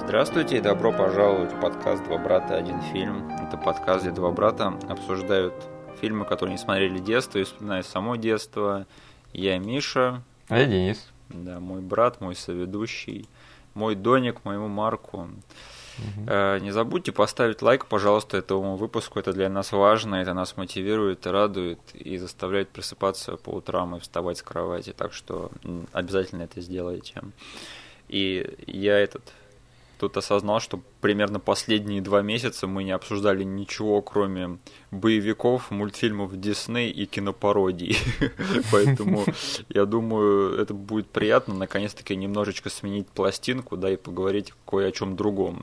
Здравствуйте и добро пожаловать в подкаст «Два брата. Один фильм». Это подкаст, где два брата обсуждают фильмы, которые не смотрели детство и вспоминают само детство. Я Миша. А я Денис. Да, мой брат, мой соведущий, мой Доник, моему Марку. Не забудьте поставить лайк, пожалуйста, этому выпуску. Это для нас важно, это нас мотивирует, радует и заставляет просыпаться по утрам и вставать с кровати. Так что обязательно это сделайте. И я тут осознал, что примерно последние 2 месяца мы не обсуждали ничего, кроме боевиков, мультфильмов Дисней и кинопародий. Поэтому я думаю, это будет приятно наконец-таки немножечко сменить пластинку, да, и поговорить кое о чем другом.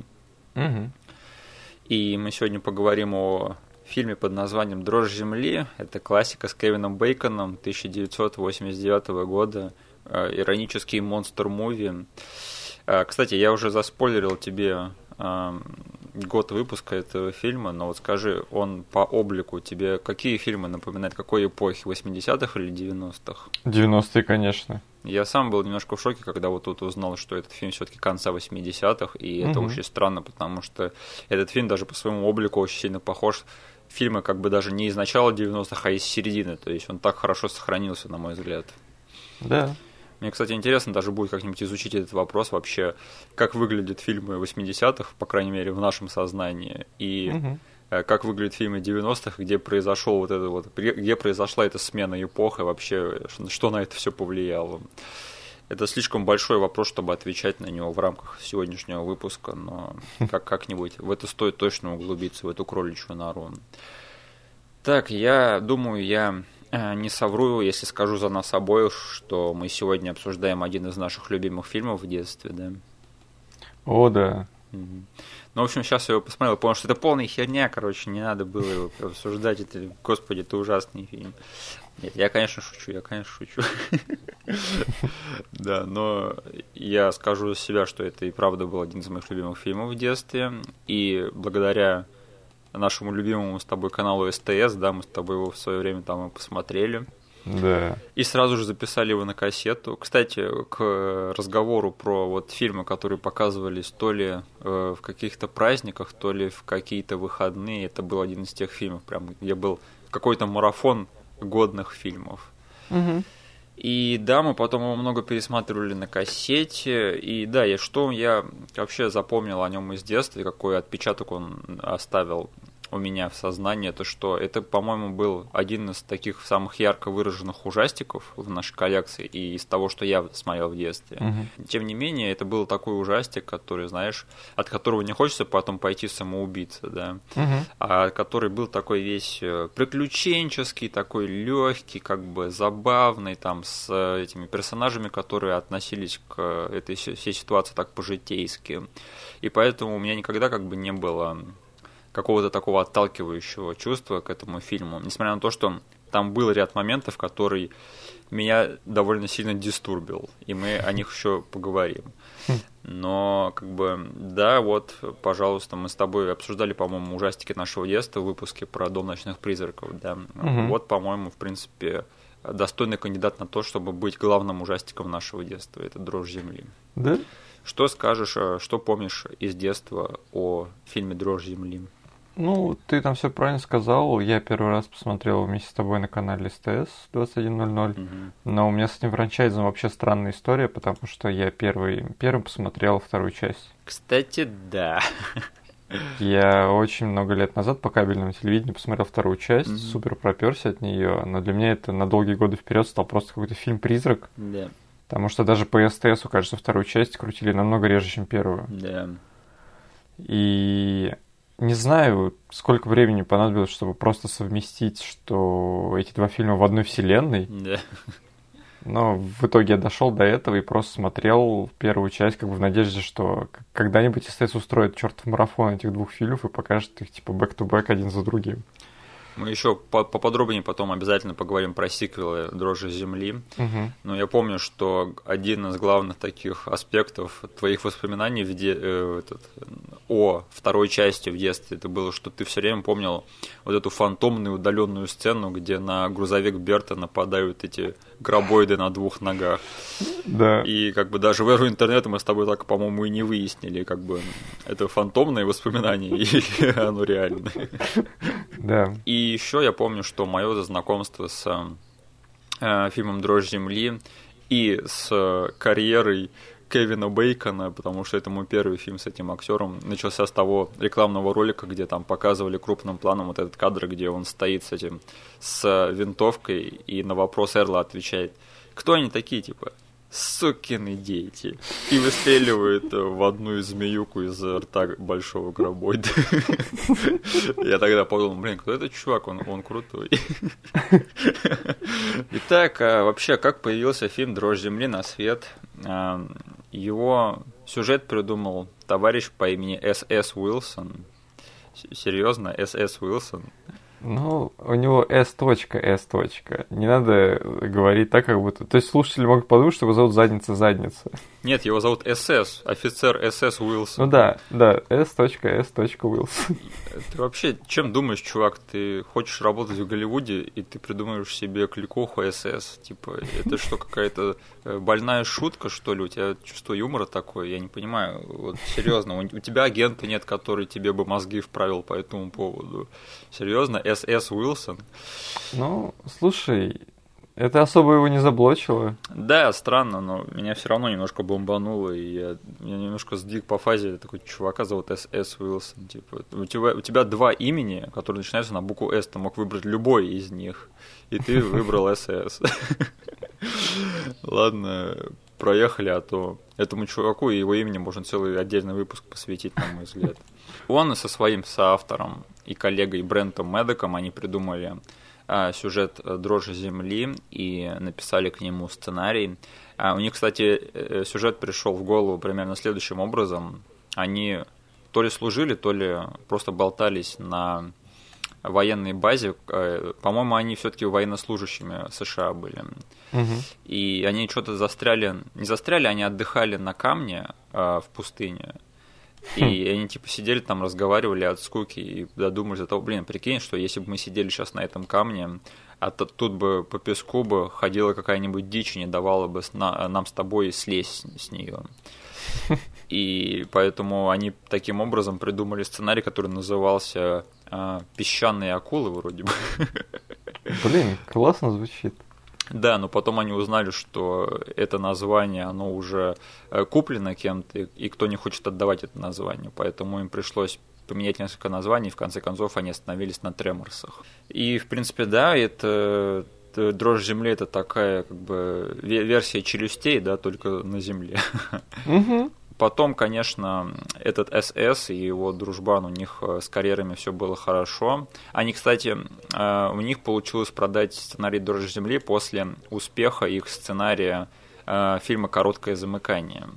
И мы сегодня поговорим о фильме под названием «Дрожь земли». Это классика с Кевином Бейконом 1989 года. Иронический монстр-муви. Кстати, я уже заспойлерил тебе год выпуска этого фильма, но вот скажи, он по облику тебе какие фильмы напоминает, какой эпохи, 80-х или 90-х? 90-е, конечно. Я сам был немножко в шоке, когда вот тут узнал, что этот фильм все-таки конца 80-х, и это очень странно, потому что этот фильм даже по своему облику очень сильно похож. Фильмы как бы даже не из начала 90-х, а из середины, то есть он так хорошо сохранился, на мой взгляд. Да. Мне, кстати, интересно даже будет как-нибудь изучить этот вопрос вообще, как выглядят фильмы 80-х, по крайней мере, в нашем сознании, и как выглядят фильмы 90-х, где произошел вот это вот, где произошла эта смена эпох, и вообще, что на это все повлияло. Это слишком большой вопрос, чтобы отвечать на него в рамках сегодняшнего выпуска, но как-нибудь в это стоит точно углубиться, в эту кроличью нору. Так, я думаю, я не совру, если скажу за нас обоих, что мы сегодня обсуждаем один из наших любимых фильмов в детстве, да? О, да. Ну, в общем, сейчас я его посмотрел, понял, что это полная херня, короче, не надо было его обсуждать, это, господи, это ужасный фильм. Нет, я, конечно, шучу. Да, но я скажу за себя, что это и правда был один из моих любимых фильмов в детстве, и благодаря нашему любимому с тобой каналу СТС, да, мы с тобой его в свое время там и посмотрели. Да. И сразу же записали его на кассету. Кстати, к разговору про вот фильмы, которые показывались то ли в каких-то праздниках, то ли в какие-то выходные, это был один из тех фильмов, прям, где был какой-то марафон годных фильмов. И да, мы потом его много пересматривали на кассете. И да, что я вообще запомнил о нем из детства, и какой отпечаток он оставил у меня в сознании, это что это, по-моему, был один из таких самых ярко выраженных ужастиков в нашей коллекции и из того, что я смотрел в детстве. Тем не менее, это был такой ужастик, который, знаешь, от которого не хочется потом пойти самоубиться, да, а который был такой весь приключенческий, такой легкий, как бы забавный, там, с этими персонажами, которые относились к этой всей ситуации так по-житейски. И поэтому у меня никогда как бы не было какого-то такого отталкивающего чувства к этому фильму, несмотря на то, что там был ряд моментов, который меня довольно сильно дистурбил, и мы о них еще поговорим. Но, как бы, да, вот, пожалуйста, мы с тобой обсуждали, по-моему, ужастики нашего детства в выпуске про «Дом ночных призраков», да. Вот, по-моему, в принципе, достойный кандидат на то, чтобы быть главным ужастиком нашего детства. Это «Дрожь земли». Да? Что скажешь, что помнишь из детства о фильме «Дрожь земли»? Ну, ты там все правильно сказал. Я первый раз посмотрел вместе с тобой на канале СТС 21:00. Но у меня с этим франчайзом вообще странная история, потому что я первым посмотрел вторую часть. Кстати, да. Я очень много лет назад по кабельному телевидению посмотрел вторую часть, супер проперся от нее, но для меня это на долгие годы вперед стал просто какой-то фильм-призрак. Да. Потому что даже по СТСу, кажется, вторую часть крутили намного реже, чем первую. Да. И не знаю, сколько времени понадобилось, чтобы просто совместить, что эти два фильма в одной вселенной. Да. Но в итоге я дошел до этого и просто смотрел первую часть, как бы в надежде, что когда-нибудь СТС устроит чертов марафон этих двух фильмов и покажет их типа бэк-то-бэк один за другим. Мы еще поподробнее потом обязательно поговорим про сиквелы «Дрожи земли». Но я помню, что один из главных таких аспектов твоих воспоминаний о второй части в детстве, это было, что ты все время помнил вот эту фантомную удаленную сцену, где на грузовик Берта нападают эти гробоиды на двух ногах. Да. И как бы даже в эру интернета мы с тобой так, по-моему, и не выяснили, как бы это фантомные воспоминания или оно реальное. Да. И еще я помню, что мое знакомство с фильмом «Дрожь земли» и с карьерой Кевина Бейкона, потому что это мой первый фильм с этим актером, начался с того рекламного ролика, где там показывали крупным планом вот этот кадр, где он стоит с винтовкой и на вопрос Эрла отвечает: кто они такие, типа, сукины дети, и выстреливает в одну змеюку из рта большого гробоида. Я тогда подумал, кто этот чувак, он крутой. Итак, вообще, как появился фильм «Дрожь земли» на свет? Его сюжет придумал товарищ по имени С.С. Уилсон. Серьезно, С.С. Уилсон. Ну, у него S. Не надо говорить так, как будто... То есть слушатели могут подумать, что его зовут Задница. Нет, его зовут СС, офицер СС Уилсон. Ну да, S. Уилсон. Ты вообще чем думаешь, чувак? Ты хочешь работать в Голливуде, и ты придумаешь себе кликуху СС. Типа, это что, какая-то больная шутка, что ли? У тебя чувство юмора такое? Я не понимаю. Вот серьезно, у тебя агента нет, который тебе бы мозги вправил по этому поводу. Серьезно? С.С. Уилсон? Ну, слушай, это особо его не заблочило. Да, странно, но меня все равно немножко бомбануло, и я немножко сдвиг по фазе. Такой чувака зовут С.С. Уилсон. Типа, у тебя два имени, которые начинаются на букву С. Ты мог выбрать любой из них, и ты выбрал С.С. Ладно, проехали, а то этому чуваку и его имени можно целый отдельный выпуск посвятить, на мой взгляд. Он со своим соавтором и коллегой Брентом Медоком, они придумали сюжет «Дрожи земли» и написали к нему сценарий. У них, кстати, сюжет пришел в голову примерно следующим образом. Они то ли служили, то ли просто болтались на военной базе. По-моему, они все-таки военнослужащими США были. И они что-то не застряли, они отдыхали на камне в пустыне. И они типа сидели там, разговаривали от скуки и додумались до того, прикинь, что если бы мы сидели сейчас на этом камне, а тут бы по песку бы ходила какая-нибудь дичь и не давала бы нам с тобой слезть с нее. И поэтому они таким образом придумали сценарий, который назывался «Песчаные акулы» вроде бы. Классно звучит. Да, но потом они узнали, что это название, оно уже куплено кем-то, и кто не хочет отдавать это название, поэтому им пришлось поменять несколько названий, и в конце концов они остановились на «Треморсах». И, в принципе, да, это «Дрожь земли» — это такая как бы версия «Челюстей», да, только на земле. Потом, конечно, этот СС и его дружбан, у них с карьерами все было хорошо. Они, кстати, у них получилось продать сценарий «Дрожь земли» после успеха их сценария фильма «Короткое замыкание».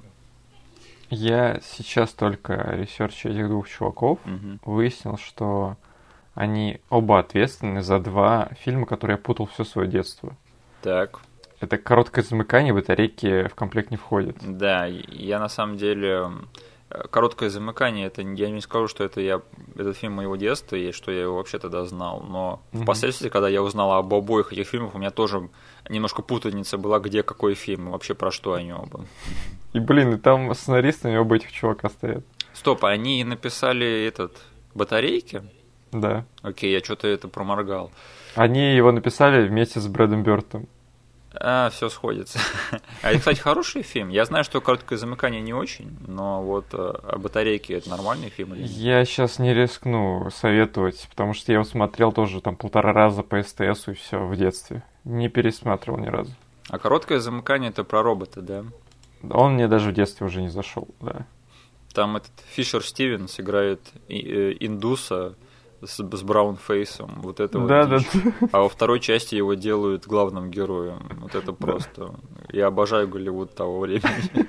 Я сейчас только ресерчу этих двух чуваков выяснил, что они оба ответственны за два фильма, которые я путал все свое детство. Так. Это «Короткое замыкание», батарейки в комплект не входят. Да, я на самом деле... «Короткое замыкание», это я не скажу, что этот фильм моего детства, и что я его вообще тогда знал, но впоследствии, когда я узнал об обоих этих фильмах, у меня тоже немножко путаница была, где какой фильм, и вообще про что они оба. И, и там сценаристами оба этих чувака стоят. Стоп, они написали «Батарейки»? Да. Окей, я что-то это проморгал. Они его написали вместе с Брэдом Бёртом. Все сходится. А это, кстати, хороший фильм. Я знаю, что «Короткое замыкание» не очень, но вот «Батарейки» — это нормальный фильм или нет? Я сейчас не рискну советовать, потому что я его смотрел тоже там 1,5 раза по СТС и все в детстве. Не пересматривал ни разу. А «Короткое замыкание» — это про робота, да? Он мне даже в детстве уже не зашел, да. Там этот Фишер Стивенс играет индуса с браунфейсом, вот это да, вот дичь. Да. А во второй части его делают главным героем. Вот это просто... Я обожаю Голливуд того времени.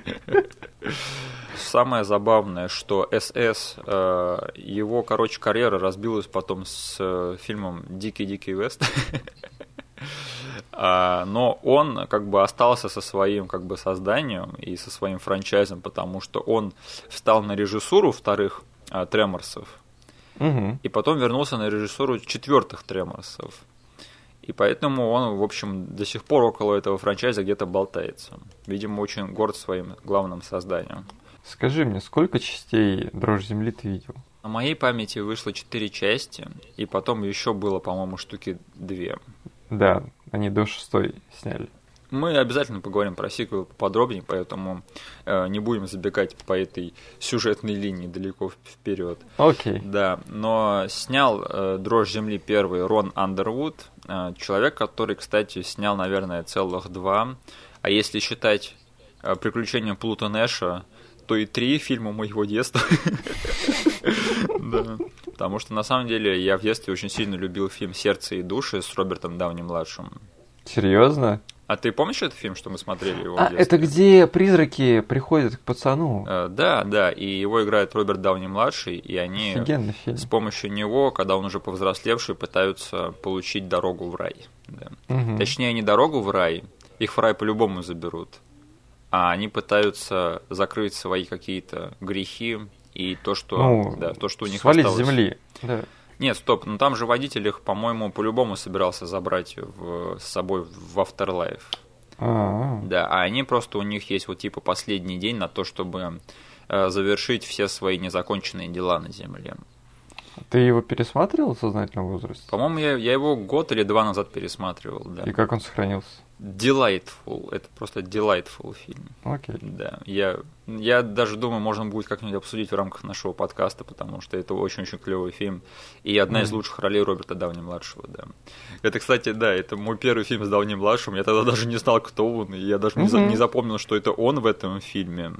Самое забавное, что СС, его, карьера разбилась потом с фильмом «Дикий Вест». Но он как бы остался со своим как бы созданием и со своим франчайзом, потому что он встал на режиссуру вторых «Треморсов». Угу. И потом вернулся на режиссуру четвертых «Треморсов». И поэтому он, в общем, до сих пор около этого франчайза где-то болтается. Видимо, очень горд своим главным созданием. Скажи мне, сколько частей «Дрожь земли» ты видел? На моей памяти вышло 4 части, и потом еще было, по-моему, штуки 2. Да, они до 6 сняли. Мы обязательно поговорим про сиквел поподробнее, поэтому не будем забегать по этой сюжетной линии далеко вперед. Окей. Да, но снял «Дрожь земли» первый Рон Андервуд, человек, который, кстати, снял, наверное, целых 2. А если считать «Приключения Плуто Нэша», то и 3 фильма моего детства. Да. Потому что, на самом деле, я в детстве очень сильно любил фильм «Сердце и души» с Робертом Дауни-младшим. Серьезно? А ты помнишь этот фильм, что мы смотрели его в детстве? Это где призраки приходят к пацану? Да, и его играет Роберт Дауни-младший, и они Офигенный фильм. с помощью него, когда он уже повзрослевший, пытаются получить дорогу в рай. Да. Угу. Точнее, не дорогу в рай, их в рай по-любому заберут, а они пытаются закрыть свои какие-то грехи и то, что, то, что у них свалить осталось. с земли. Да. Нет, стоп, ну там же водитель их, по-моему, по-любому собирался забрать с собой в Afterlife. Да, а они просто, у них есть вот типа последний день на то, чтобы завершить все свои незаконченные дела на земле. Ты его пересматривал в сознательном возрасте? По-моему, я его год или 2 назад пересматривал, да. И как он сохранился? Delightful, это просто delightful фильм. Окей. Да, я даже думаю, можно будет как-нибудь обсудить в рамках нашего подкаста, потому что это очень-очень клевый фильм. И одна из лучших ролей Роберта Дауни-младшего, да. Это, кстати, да, это мой первый фильм с Дауни-младшим, я тогда даже не знал, кто он, и я даже не запомнил, что это он в этом фильме.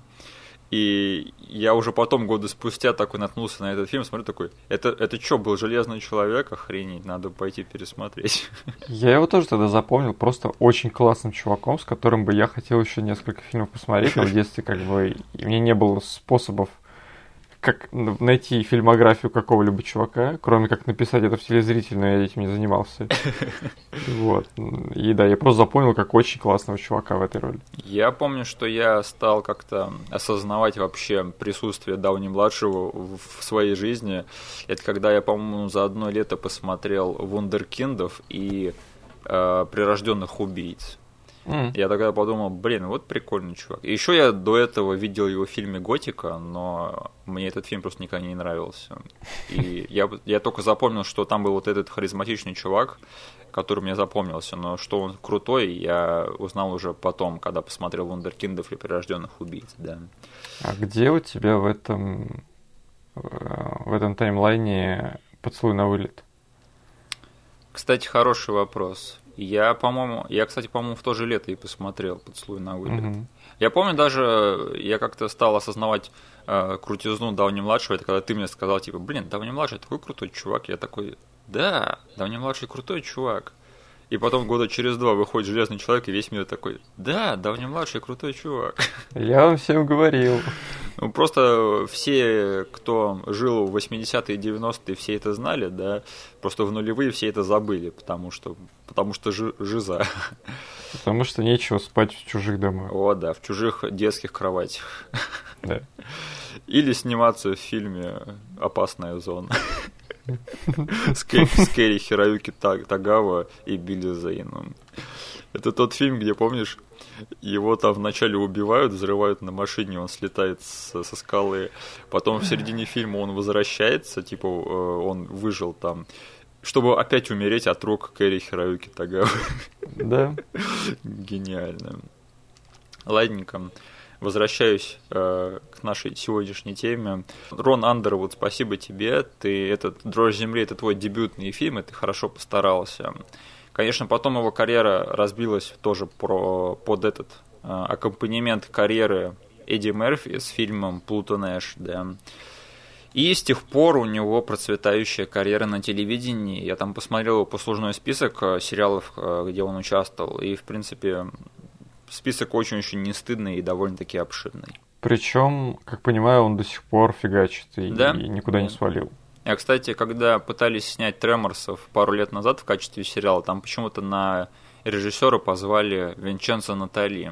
И я уже потом, годы спустя, такой наткнулся на этот фильм, смотрю, такой, это что, был Железный человек? Охренеть, надо пойти пересмотреть. Я его тоже тогда запомнил просто очень классным чуваком, с которым бы я хотел еще несколько фильмов посмотреть, но в детстве как бы у меня не было способов как найти фильмографию какого-либо чувака, кроме как написать это в телезритель, но я этим не занимался. Вот. И да, я просто запомнил как очень классного чувака в этой роли. Я помню, что я стал как-то осознавать вообще присутствие Дауни-младшего в своей жизни. Это когда я, по-моему, за одно лето посмотрел «Вундеркиндов» и «Прирожденных убийц». Я тогда подумал, вот прикольный чувак. И еще я до этого видел его в фильме «Готика», но мне этот фильм просто никогда не нравился. И я только запомнил, что там был вот этот харизматичный чувак, который мне запомнился, но что он крутой, я узнал уже потом, когда посмотрел «Вундеркиндов» и «Прирожденных убийц», да. А где у тебя в этом таймлайне «Поцелуй на вылет»? Кстати, хороший вопрос. Я, кстати, по-моему, в то же лето и посмотрел «Поцелуй на вылет». Угу. Я помню даже, я как-то стал осознавать крутизну Дауни-младшего, это когда ты мне сказал, типа, Дауни-младший такой крутой чувак. Я такой, да, Дауни-младший крутой чувак. И потом года через 2 выходит «Железный человек», и весь мир такой, да, Дауни-младший крутой чувак. Я вам всем говорил. Ну, просто все, кто жил в 80-е и 90-е, все это знали, да, просто в нулевые все это забыли, потому что жиза. Потому что нечего спать в чужих домах. О, да, в чужих детских кроватях. Да. Или сниматься в фильме «Опасная зона». С Кэрри Хироюки Тагава и Билли Зейном. Это тот фильм, где, помнишь, его там вначале убивают, взрывают на машине, он слетает со скалы. Потом в середине фильма он возвращается, типа он выжил там, чтобы опять умереть от рук Кэрри Хироюки Тагавы. Да. Гениально. Ладненько. Возвращаюсь к нашей сегодняшней теме. Рон Андервуд, спасибо тебе. «Дрожь земли» — это твой дебютный фильм, и ты хорошо постарался. Конечно, потом его карьера разбилась тоже под этот аккомпанемент карьеры Эдди Мерфи с фильмом «Плуто Нэш», да. И с тех пор у него процветающая карьера на телевидении. Я там посмотрел его послужной список сериалов, где он участвовал, и, в принципе, список очень-очень не стыдный и довольно-таки обширный. Причем, как понимаю, он до сих пор фигачит и никуда не свалил. А, кстати, когда пытались снять «Треморсов» пару лет назад в качестве сериала, там почему-то на режиссера позвали Винченцо Натали.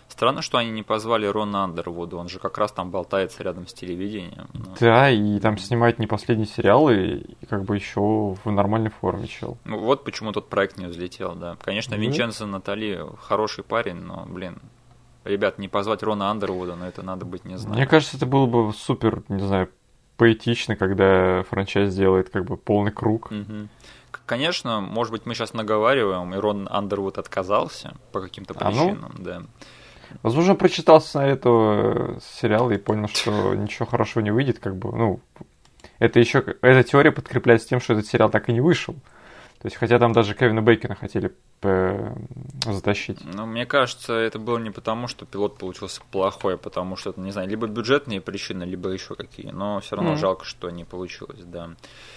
Странно, что они не позвали Рона Андервуда, он же как раз там болтается рядом с телевидением. Да, и там снимает не последний сериал, и как бы еще в нормальной форме, чел. Ну вот почему тот проект не взлетел, да. Конечно, Винченцо Натали хороший парень, но, блин, ребят, не позвать Рона Андервуда, но это надо быть, не знаю. Мне кажется, это было бы супер, не знаю, поэтично, когда франчайз делает как бы полный круг. Угу. Конечно, может быть, мы сейчас наговариваем, и Рон Андервуд отказался по каким-то причинам, да. Возможно, прочитал сценарий этого сериала и понял, что ничего хорошего не выйдет, как бы, ну, эта теория подкрепляется тем, что этот сериал так и не вышел. То есть, хотя там даже Кевина Бейкона хотели затащить. Ну, мне кажется, это было не потому, что пилот получился плохой, а потому что, не знаю, либо бюджетные причины, либо еще какие. Но все равно жалко, что не получилось, да.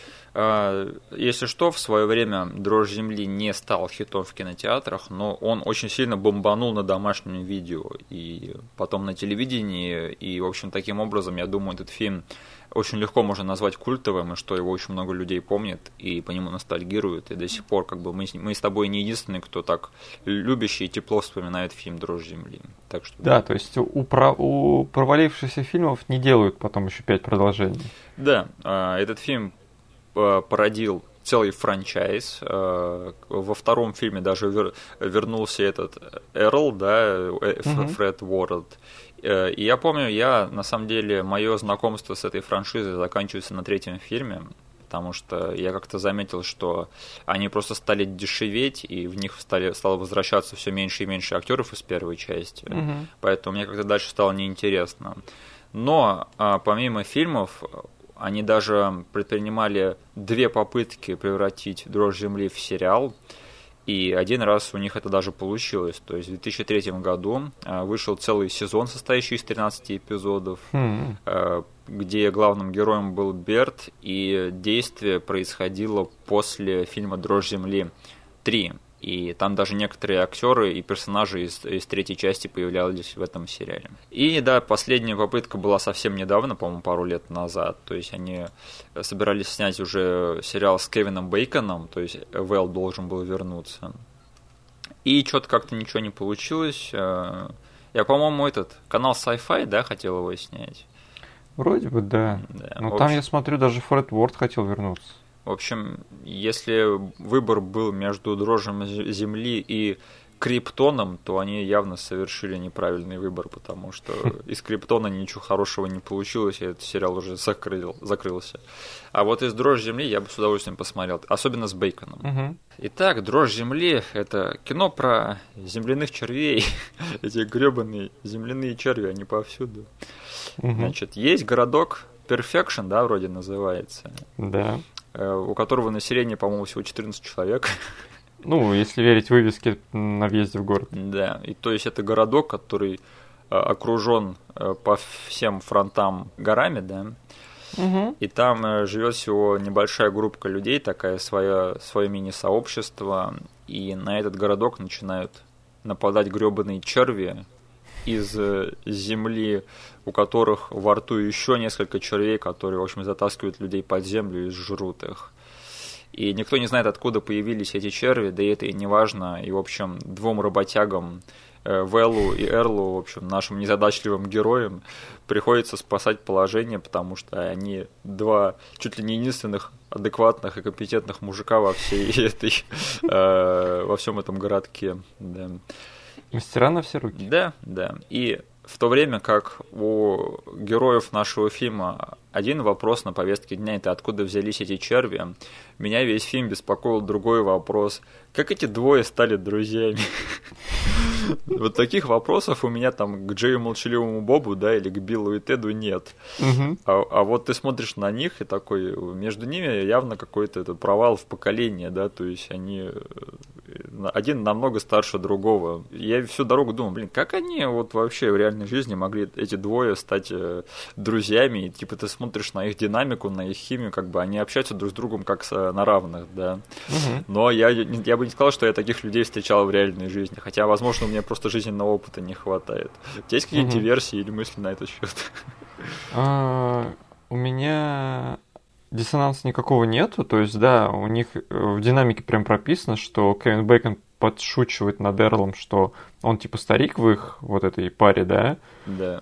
Если что, в свое время «Дрожь земли» не стал хитом в кинотеатрах, но он очень сильно бомбанул на домашнем видео и потом на телевидении. И, в общем, таким образом, я думаю, этот фильм очень легко можно назвать культовым, и что его очень много людей помнит и по нему ностальгируют. И до сих пор как бы мы с тобой не единственные, кто так любящий и тепло вспоминает фильм «Дрожь земли». Так что, да, то есть у провалившихся фильмов не делают потом еще 5 продолжений. Да, этот фильм породил целый франчайз. Во втором фильме даже вернулся этот Эрл, да, Фред Уорлд. И я помню, на самом деле, мое знакомство с этой франшизой заканчивается на третьем фильме, потому что я как-то заметил, что они просто стали дешеветь, и в них стало возвращаться все меньше и меньше актеров из первой части. Поэтому мне как-то дальше стало неинтересно. Но помимо фильмов, они даже предпринимали 2 попытки превратить «Дрожь земли» в сериал, и один раз у них это даже получилось. То есть в 2003 году вышел целый сезон, состоящий из 13 эпизодов, где главным героем был Берт, и действие происходило после фильма «Дрожь земли 3». И там даже некоторые актеры и персонажи из третьей части появлялись в этом сериале. И да, последняя попытка была совсем недавно, по-моему, пару лет назад. То есть они собирались снять уже сериал с Кевином Бейконом, то есть Вэл должен был вернуться. И что-то как-то ничего не получилось. Я, по-моему, канал Sci-Fi, да, хотел его снять? Вроде бы, да. Но там, я смотрю, даже Фред Уорд хотел вернуться. В общем, если выбор был между «Дрожью земли» и «Криптоном», то они явно совершили неправильный выбор, потому что из «Криптона» ничего хорошего не получилось, и этот сериал уже закрылся. А вот из «Дрожь земли» я бы с удовольствием посмотрел, особенно с Бейконом. Итак, «Дрожь земли» — это кино про земляных червей. Эти гребаные земляные черви, они повсюду. Значит, есть городок Perfection, да, вроде называется. Да. У которого население, по-моему, всего 14 человек. Ну, если верить вывеске на въезде в город. Да, и то есть это городок, который окружен по всем фронтам горами, да, и там живет всего небольшая группа людей, такое свое мини-сообщество, и на этот городок начинают нападать гребаные черви из земли, у которых во рту еще несколько червей, которые, в общем, затаскивают людей под землю и жрут их. И никто не знает, откуда появились эти черви, да и это и не важно. И, в общем, 2 работягам, Вэллу и Эрлу, в общем, нашим незадачливым героям, приходится спасать положение, потому что они 2 чуть ли не единственных адекватных и компетентных мужика во всей во всем этом городке. Да. Мастера на все руки. Да, да. И в то время как у героев нашего фильма один вопрос на повестке дня — это откуда взялись эти черви, меня весь фильм беспокоил другой вопрос: как эти 2 стали друзьями? Вот таких вопросов у меня там к Джею Молчаливому Бобу, да, или к Биллу и Теду нет. А вот ты смотришь на них, и такой, между ними явно какой-то провал в поколении, да, то есть они... Один намного старше другого. Я всю дорогу думал, как они вот вообще в реальной жизни могли эти 2 стать друзьями, и типа ты смотришь на их динамику, на их химию, как бы они общаются друг с другом как на равных, да. Но я бы не сказал, что я таких людей встречал в реальной жизни, хотя, возможно, у меня просто жизненного опыта не хватает. У тебя есть какие-то версии или мысли на этот счет? У меня диссонанса никакого нету, то есть, да, у них в динамике прям прописано, что Кевин Бейкон подшучивает над Эрлом, что он типа старик в их вот этой паре, да? Да.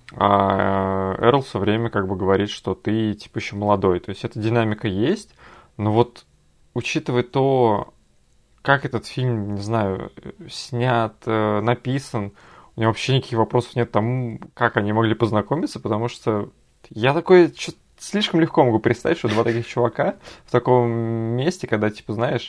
А Эрл все время как бы говорит, что ты типа еще молодой. То есть эта динамика есть, но вот учитывая то, как этот фильм, не знаю, снят, написан, у меня вообще никаких вопросов нет к тому, как они могли познакомиться, потому что я такое слишком легко могу представить, что два таких чувака в таком месте, когда, типа, знаешь,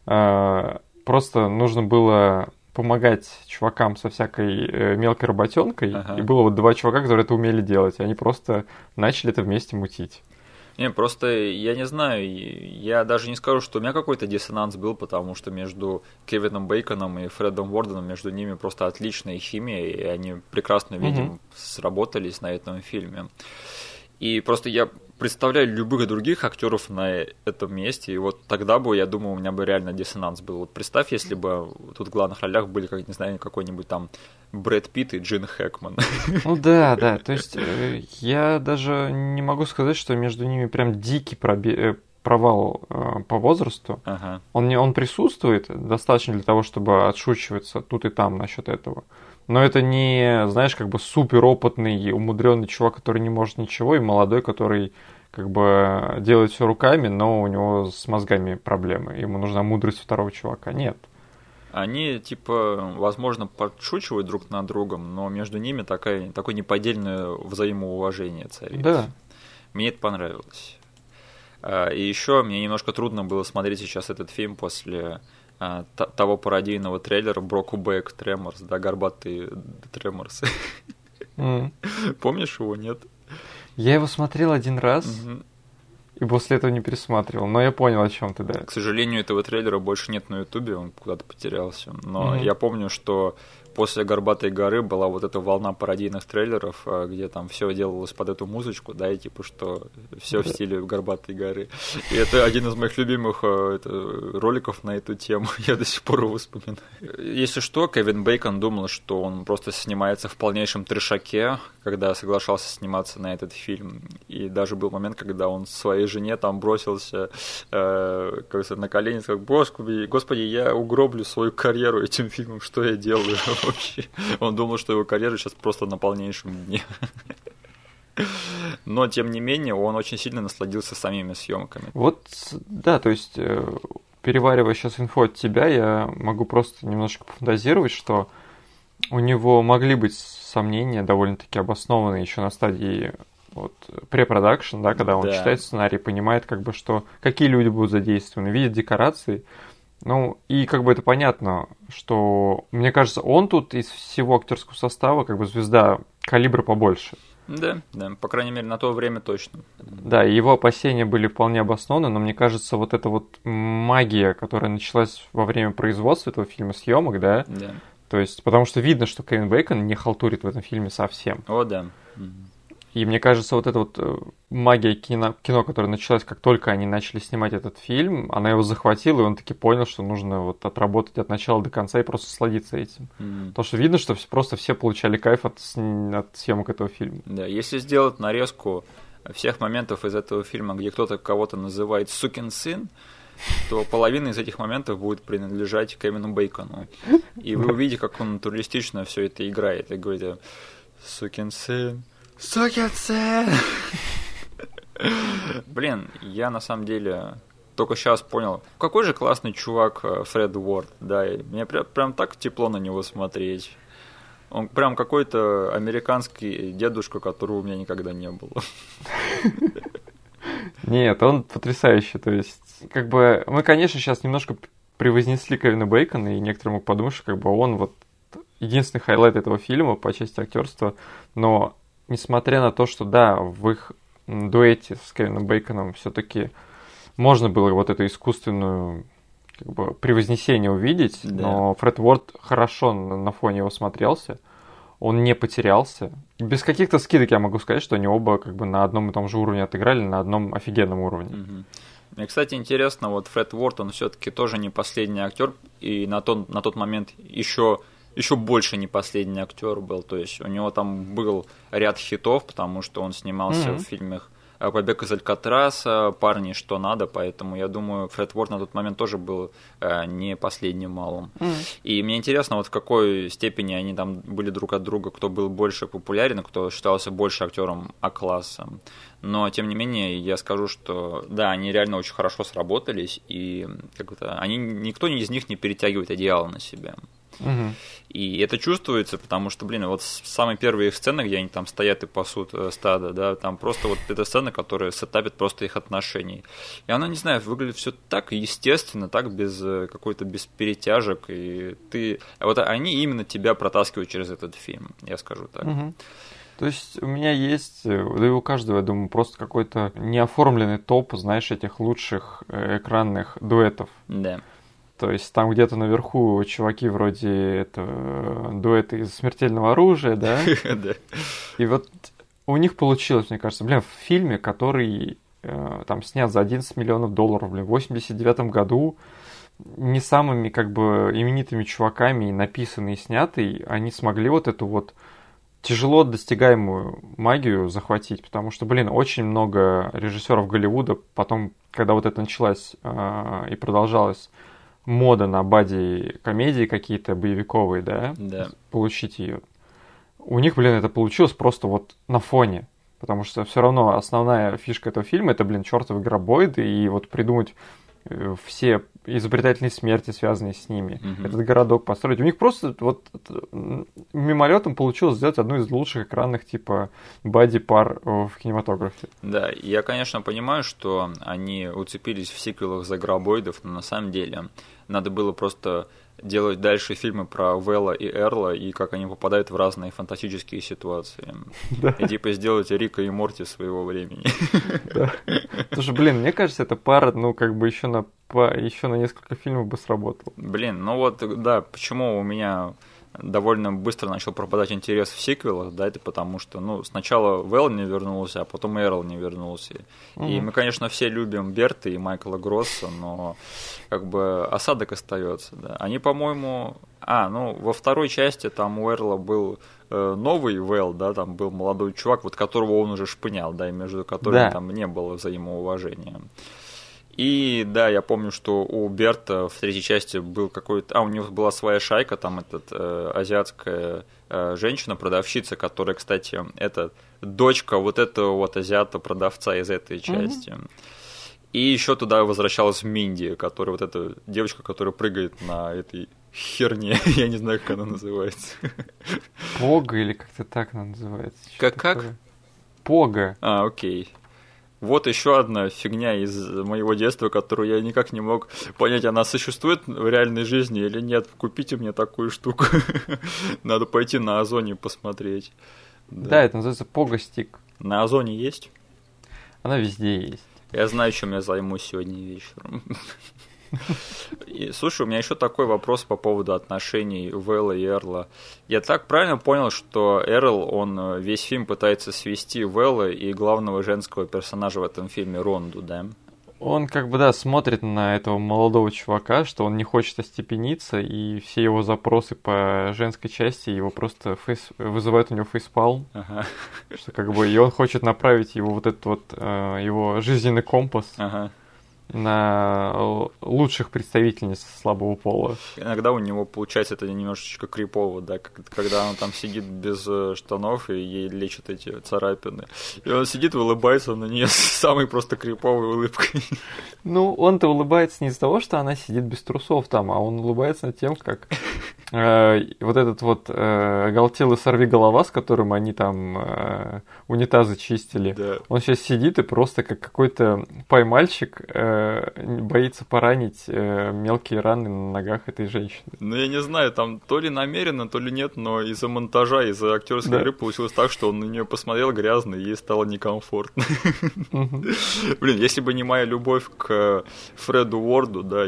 просто нужно было помогать чувакам со всякой мелкой работенкой, и было вот два чувака, которые это умели делать, и они просто начали это вместе мутить. Не, просто я не знаю, я даже не скажу, что у меня какой-то диссонанс был, потому что между Кевином Бейконом и Фредом Уорденом, между ними просто отличная химия, и они прекрасно, видимо, сработались на этом фильме. И просто я представляю любых других актеров на этом месте, и вот тогда бы, я думаю, у меня бы реально диссонанс был. Вот представь, если бы тут в главных ролях были, как, не знаю, какой-нибудь там Брэд Питт и Джин Хэкман. Ну да, то есть я даже не могу сказать, что между ними прям дикий провал по возрасту. Он присутствует достаточно для того, чтобы отшучиваться тут и там насчет этого. Но это не, знаешь, как бы суперопытный, умудренный чувак, который не может ничего, и молодой, который как бы делает все руками, но у него с мозгами проблемы. Ему нужна мудрость второго чувака. Нет. Они, типа, возможно, подшучивают друг над другом, но между ними такое неподдельное взаимоуважение царит. Да. Мне это понравилось. И еще мне немножко трудно было смотреть сейчас этот фильм после того пародийного трейлера Brokeback Tremors, да, горбатый Треморс. Помнишь его, нет? Я его смотрел один раз, и после этого не пересматривал, но я понял, о чем ты, да. К сожалению, этого трейлера больше нет на Ютубе, он куда-то потерялся. Но я помню, что после «Горбатой горы» была вот эта волна пародийных трейлеров, где там все делалось под эту музычку, да, и типа что все в стиле «Горбатой горы». И это один из моих любимых роликов на эту тему, я до сих пор его вспоминаю. Если что, Кевин Бейкон думал, что он просто снимается в полнейшем трешаке, когда соглашался сниматься на этот фильм. И даже был момент, когда он своей жене там бросился на колени, сказал: Господи, я угроблю свою карьеру этим фильмом, что я делаю вообще. Он думал, что его карьера сейчас просто на полнейшем дне. Но, тем не менее, он очень сильно насладился самими съемками. Вот, да, то есть, переваривая сейчас инфу от тебя, я могу просто немножко пофантазировать, что у него могли быть сомнения довольно-таки обоснованные еще на стадии вот препродакшн, да, когда он читает сценарий, понимает, как бы, что какие люди будут задействованы, видит декорации. Ну, и как бы это понятно, что, мне кажется, он тут из всего актерского состава как бы звезда калибра побольше. Да, по крайней мере, на то время точно. Да, и его опасения были вполне обоснованы, но мне кажется, вот эта вот магия, которая началась во время производства этого фильма, съемок, да, то есть, потому что видно, что Кевин Бейкон не халтурит в этом фильме совсем. О, да. И мне кажется, вот эта вот магия кино, которая началась, как только они начали снимать этот фильм, она его захватила, и он таки понял, что нужно вот отработать от начала до конца и просто сладиться этим. Потому что видно, что просто все получали кайф от съемок этого фильма. Да, если сделать нарезку всех моментов из этого фильма, где кто-то кого-то называет «сукин сын», то половина из этих моментов будет принадлежать Кевину Бейкону. И вы увидите, как он натуралистично все это играет. И говорит: «Сукин сын». Сукин-сэн! Блин, я на самом деле только сейчас понял, какой же классный чувак Фред Уорд, да, и мне прям так тепло на него смотреть. Он прям какой-то американский дедушка, которого у меня никогда не было. Нет, он потрясающий, то есть, как бы, мы, конечно, сейчас немножко превознесли Кевина Бейкона, и некоторые могут подумать, что как бы он вот единственный хайлайт этого фильма по части актерства, но несмотря на то, что да, в их дуэте с Кевином Бейконом все-таки можно было вот эту искусственную как бы превознесение увидеть, но Фред Уорд хорошо на фоне его смотрелся, он не потерялся. Без каких-то скидок я могу сказать, что они оба как бы на одном и том же уровне отыграли, на одном офигенном уровне. Мне, кстати, интересно, вот Фред Уорд, он все-таки тоже не последний актер, и на тот момент еще больше не последний актер был, то есть у него там был ряд хитов, потому что он снимался в фильмах «Побег из Алькатраса», «Парни, что надо», поэтому я думаю, Фред Уорд на тот момент тоже был не последним малым. И мне интересно, вот в какой степени они там были друг от друга, кто был больше популярен, кто считался больше актером А-класса. Но, тем не менее, я скажу, что да, они реально очень хорошо сработались, и как-то никто из них не перетягивает одеяло на себя. И это чувствуется, потому что, вот самые первые их сцены, где они там стоят и пасут стадо, да, там просто вот эта сцена, которая сетапит просто их отношений. И она, не знаю, выглядит все так естественно, так без перетяжек, и вот они именно тебя протаскивают через этот фильм, я скажу так. То есть у меня есть, да и у каждого, я думаю, просто какой-то неоформленный топ, знаешь, этих лучших экранных дуэтов. Да. То есть там где-то наверху чуваки вроде дуэта из «Смертельного оружия», да? Да. И вот у них получилось, мне кажется, в фильме, который там снят за $11 миллионов, в 89 году, не самыми именитыми чуваками написанный и снятый, они смогли вот эту вот тяжело достигаемую магию захватить, потому что, очень много режиссеров Голливуда потом, когда вот это началась и продолжалась мода на бади-комедии какие-то боевиковые, да, получить ее. У них, это получилось просто вот на фоне, потому что все равно основная фишка этого фильма — это, чертовы гробоиды, и вот придумать все изобретательные смерти, связанные с ними, этот городок построить. У них просто вот мимолетом получилось сделать одну из лучших экранных типа бади-пар в кинематографе. Да, я, конечно, понимаю, что они уцепились в сиквелах за гробоидов, но на самом деле надо было просто делать дальше фильмы про Вэлла и Эрла, и как они попадают в разные фантастические ситуации. Да. И сделать Рика и Морти своего времени. Да. Слушай, мне кажется, эта пара, еще на несколько фильмов бы сработала. Да, почему у меня довольно быстро начал пропадать интерес в сиквелах, да, это потому что, сначала Вэлл не вернулся, а потом Эрл не вернулся. И мы, конечно, все любим Берта и Майкла Гросса, но осадок остается, да. Они, по-моему... во второй части там у Эрла был новый Вэлл, да, там был молодой чувак, которого он уже шпынял, да, и между которыми там не было взаимоуважения. И да, я помню, что у Берта в третьей части был какой-то... у него была своя шайка, там азиатская женщина-продавщица, которая, кстати, это дочка вот этого вот азиата-продавца из этой части. И еще туда возвращалась Минди, которая вот эта девочка, которая прыгает на этой херне, я не знаю, как она называется. Пога или как-то так она называется. Как? Пога. Окей. Вот еще одна фигня из моего детства, которую я никак не мог понять, она существует в реальной жизни или нет. Купите мне такую штуку. Надо пойти на Озоне посмотреть. Да, это называется Пога-стик. На Озоне есть? Она везде есть. Я знаю, чем я займусь сегодня вечером. И, слушай, у меня еще такой вопрос по поводу отношений Вэлла и Эрла. Я так правильно понял, что Эрл, он весь фильм пытается свести Вэлла и главного женского персонажа в этом фильме Ронду, да? Он смотрит на этого молодого чувака, что он не хочет остепениться, и все его запросы по женской части его просто вызывают у него фейспалм. Ага. Что и он хочет направить его вот этот вот его жизненный компас. Ага. На лучших представительниц слабого пола. Иногда у него получается это немножечко крипово, да, когда он там сидит без штанов и ей лечат эти царапины. И он сидит и улыбается на нее с самой просто криповой улыбкой. Он-то улыбается не из-за того, что она сидит без трусов там, а он улыбается над тем, как вот этот вот оголтелый сорвиголова, с которым они там унитазы чистили, да. Он сейчас сидит и просто как какой-то поймальчик боится поранить мелкие раны на ногах этой женщины. Я не знаю, там то ли намеренно, то ли нет, но из-за монтажа, из-за актерской игры получилось так, что он на нее посмотрел грязно, и ей стало некомфортно. Если бы не моя любовь к Фреду Уорду, да,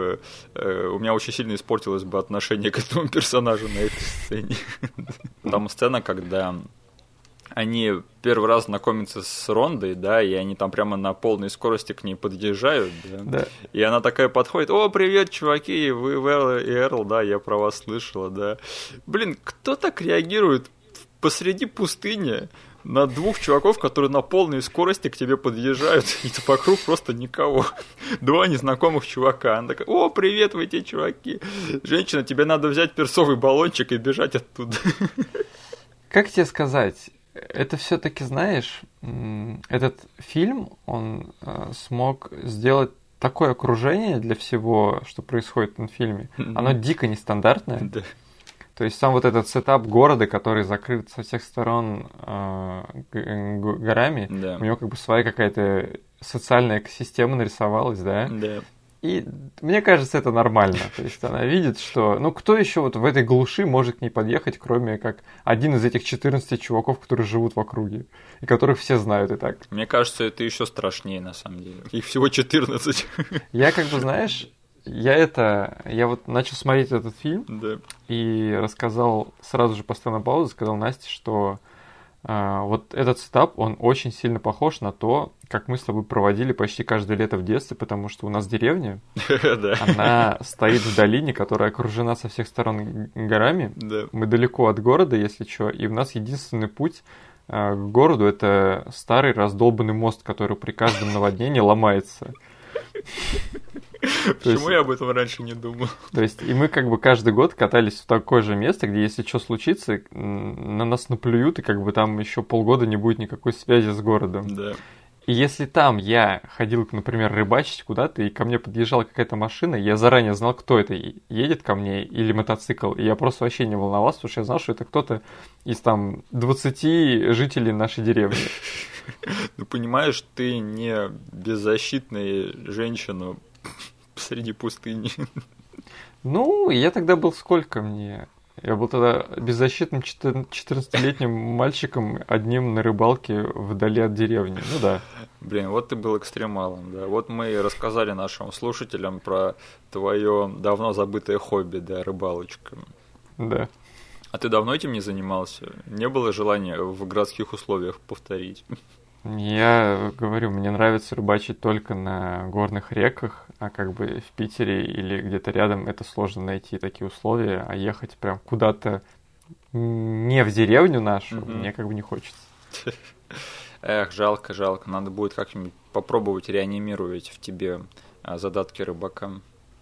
у меня очень сильно испортилось бы отношение к этому персонажу на этой сцене. Там сцена, когда они первый раз знакомятся с Рондой, да, и они там прямо на полной скорости к ней подъезжают, да. И она такая подходит: «О, привет, чуваки, вы Вэлл и Эрл, да, я про вас слышала, да». Кто так реагирует посреди пустыни на двух чуваков, которые на полной скорости к тебе подъезжают, и вокруг просто никого. Два незнакомых чувака. Она такая: о, привет, вы те чуваки. Женщина, тебе надо взять перцовый баллончик и бежать оттуда. Как тебе сказать? Это все-таки, знаешь, этот фильм, он смог сделать такое окружение для всего, что происходит в фильме. Оно дико нестандартное. Да. То есть сам вот этот сетап города, который закрыт со всех сторон горами, Да. у него как бы своя какая-то социальная экосистема нарисовалась, да? Да. И мне кажется, это нормально. То есть она видит, что... Ну, кто еще вот в этой глуши может к ней подъехать, кроме как один из этих 14 чуваков, которые живут в округе, и которых все знают и так. Мне кажется, это еще страшнее, на самом деле. Их всего 14. Я как бы, знаешь... Я вот начал смотреть этот фильм, Да. и рассказал, сразу же поставил на паузу, сказал Насте, что вот этот сетап, он очень сильно похож на то, как мы с тобой проводили почти каждое лето в детстве, потому что у нас деревня, она стоит в долине, которая окружена со всех сторон горами. Да. Мы далеко от города, если что, и у нас единственный путь к городу — это старый раздолбанный мост, который при каждом наводнении ломается. Почему я об этом раньше не думал? То есть, и мы как бы каждый год катались в такое же место, где, если что случится, на нас наплюют, и как бы там еще полгода не будет никакой связи с городом. Да. И если там я ходил, например, рыбачить куда-то, и ко мне подъезжала какая-то машина, я заранее знал, кто это, едет ко мне или мотоцикл, и я просто вообще не волновался, потому что я знал, что это кто-то из там 20 жителей нашей деревни. Ну, понимаешь, ты не беззащитная женщина среди пустыни. Ну, я тогда был сколько мне? Я был тогда беззащитным 14-летним мальчиком, одним на рыбалке вдали от деревни. Ну да. Блин, вот ты был экстремалом, да. Вот мы рассказали нашим слушателям про твое давно забытое хобби, да, рыбалочка. Да. А ты давно этим не занимался? Не было желания в городских условиях повторить? Я говорю, мне нравится рыбачить только на горных реках, а как бы в Питере или где-то рядом это сложно найти такие условия, а ехать прям куда-то не в деревню нашу мне как бы не хочется. Эх, жалко, жалко. Надо будет как-нибудь попробовать реанимировать в тебе задатки рыбака.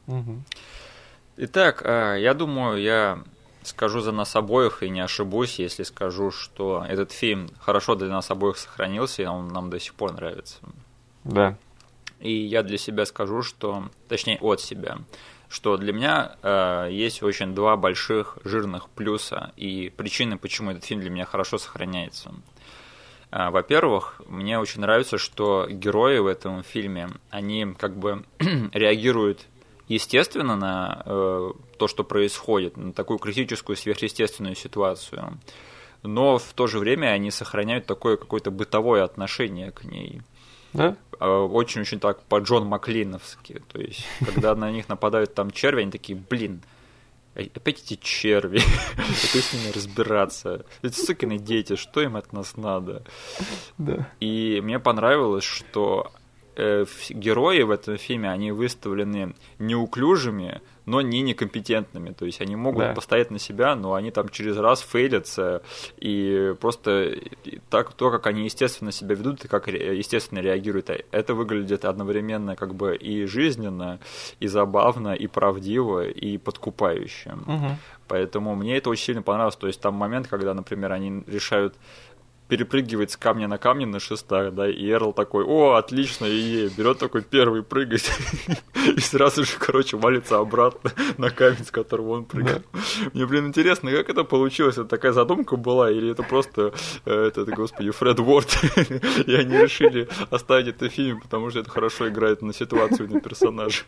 Итак, я думаю, я скажу за нас обоих и не ошибусь, если скажу, что этот фильм хорошо для нас обоих сохранился, и он нам до сих пор нравится. Да. И я для себя скажу, что, точнее от себя, что для меня есть очень два больших жирных плюса и причины, почему этот фильм для меня хорошо сохраняется. Во-первых, мне очень нравится, что герои в этом фильме, они как бы реагируют естественно на то, что происходит, на такую критическую сверхъестественную ситуацию, но в то же время они сохраняют такое какое-то бытовое отношение к ней. Да? Очень-очень так по-Джон Маклиновски. То есть, когда на них нападают там черви, они такие: блин, опять эти черви, как с ними разбираться? Эти сукины дети, что им от нас надо? Да. И мне понравилось, что герои в этом фильме, они выставлены неуклюжими, но не некомпетентными. То есть они могут постоять на себя, но они там через раз фейлятся, и просто так, то, как они естественно себя ведут и как естественно реагируют, это выглядит одновременно как бы и жизненно, и забавно, и правдиво, и подкупающе. Поэтому мне это очень сильно понравилось. То есть там момент, когда, например, они решают перепрыгивать с камня на камни на шестах, да, и Эрл такой: о, отлично, и берет такой первый прыгать, и сразу же, короче, валится обратно на камень, с которого он прыгал. Мне, блин, интересно, как это получилось? Это такая задумка была, или это просто, господи, Фред Уорд, и они решили оставить это в фильме, потому что это хорошо играет на ситуацию, на персонажа.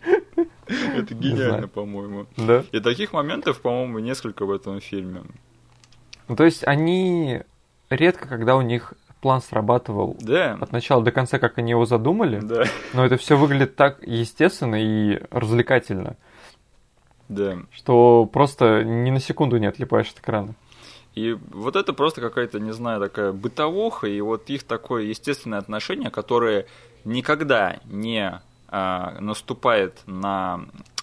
Это гениально, по-моему. Да. И таких моментов, по-моему, несколько в этом фильме. Ну, то есть они редко, когда у них план срабатывал от начала до конца, как они его задумали, но это все выглядит так естественно и развлекательно, что просто ни на секунду не отлипаешь от экрана. И вот это просто какая-то, не знаю, такая бытовуха, и вот их такое естественное отношение, которое никогда не наступает на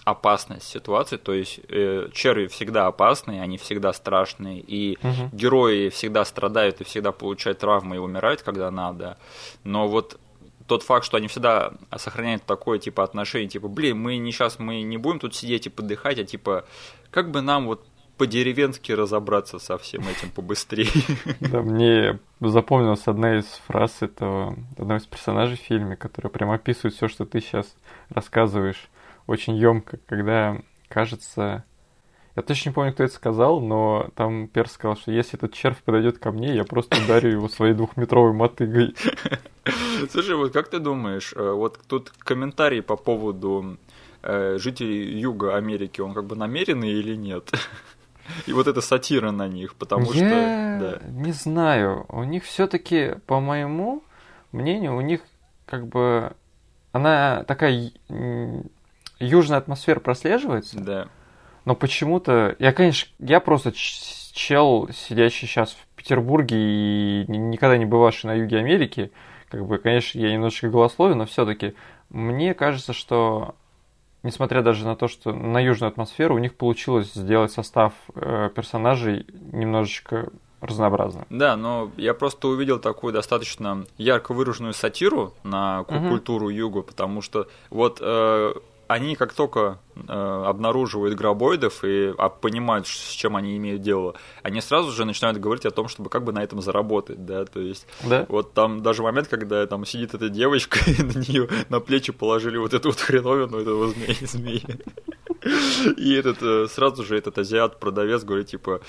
опасность ситуации, то есть черви всегда опасные, они всегда страшные, и герои всегда страдают и всегда получают травмы и умирают, когда надо, но вот тот факт, что они всегда сохраняют такое, типа, отношение, типа, блин, мы не будем тут сидеть и подыхать, а, типа, как бы нам вот по-деревенски разобраться со всем этим побыстрее. Да, мне запомнилась одна из фраз одного из персонажей в фильме, которая прям описывает все, что ты сейчас рассказываешь, очень емко, когда, кажется... Я точно не помню, кто это сказал, но там перс сказал, что если этот червь подойдет ко мне, я просто ударю его своей 2-метровой мотыгой. Слушай, вот как ты думаешь, вот тут комментарий по поводу жителей Юга Америки, он как бы намеренный или нет? И вот это сатира на них, потому что... Я не знаю, у них все-таки, по моему мнению, у них как бы... Она такая... Южная атмосфера прослеживается. Да. Но почему-то... Я просто чел, сидящий сейчас в Петербурге и никогда не бывавший на юге Америки. Как бы, конечно, я немножечко голословен, но все-таки мне кажется, что, несмотря даже на то, что на южную атмосферу, у них получилось сделать состав персонажей немножечко разнообразным. Да, но я просто увидел такую достаточно ярко выраженную сатиру на культуру юга, потому что вот... Они как только обнаруживают гробоидов и понимают, с чем они имеют дело, они сразу же начинают говорить о том, чтобы как бы на этом заработать, да, то есть вот там даже момент, когда там сидит эта девочка, и на нее на плечи положили вот эту вот хреновину этого змеи. И сразу же этот азиат-продавец говорит, типа,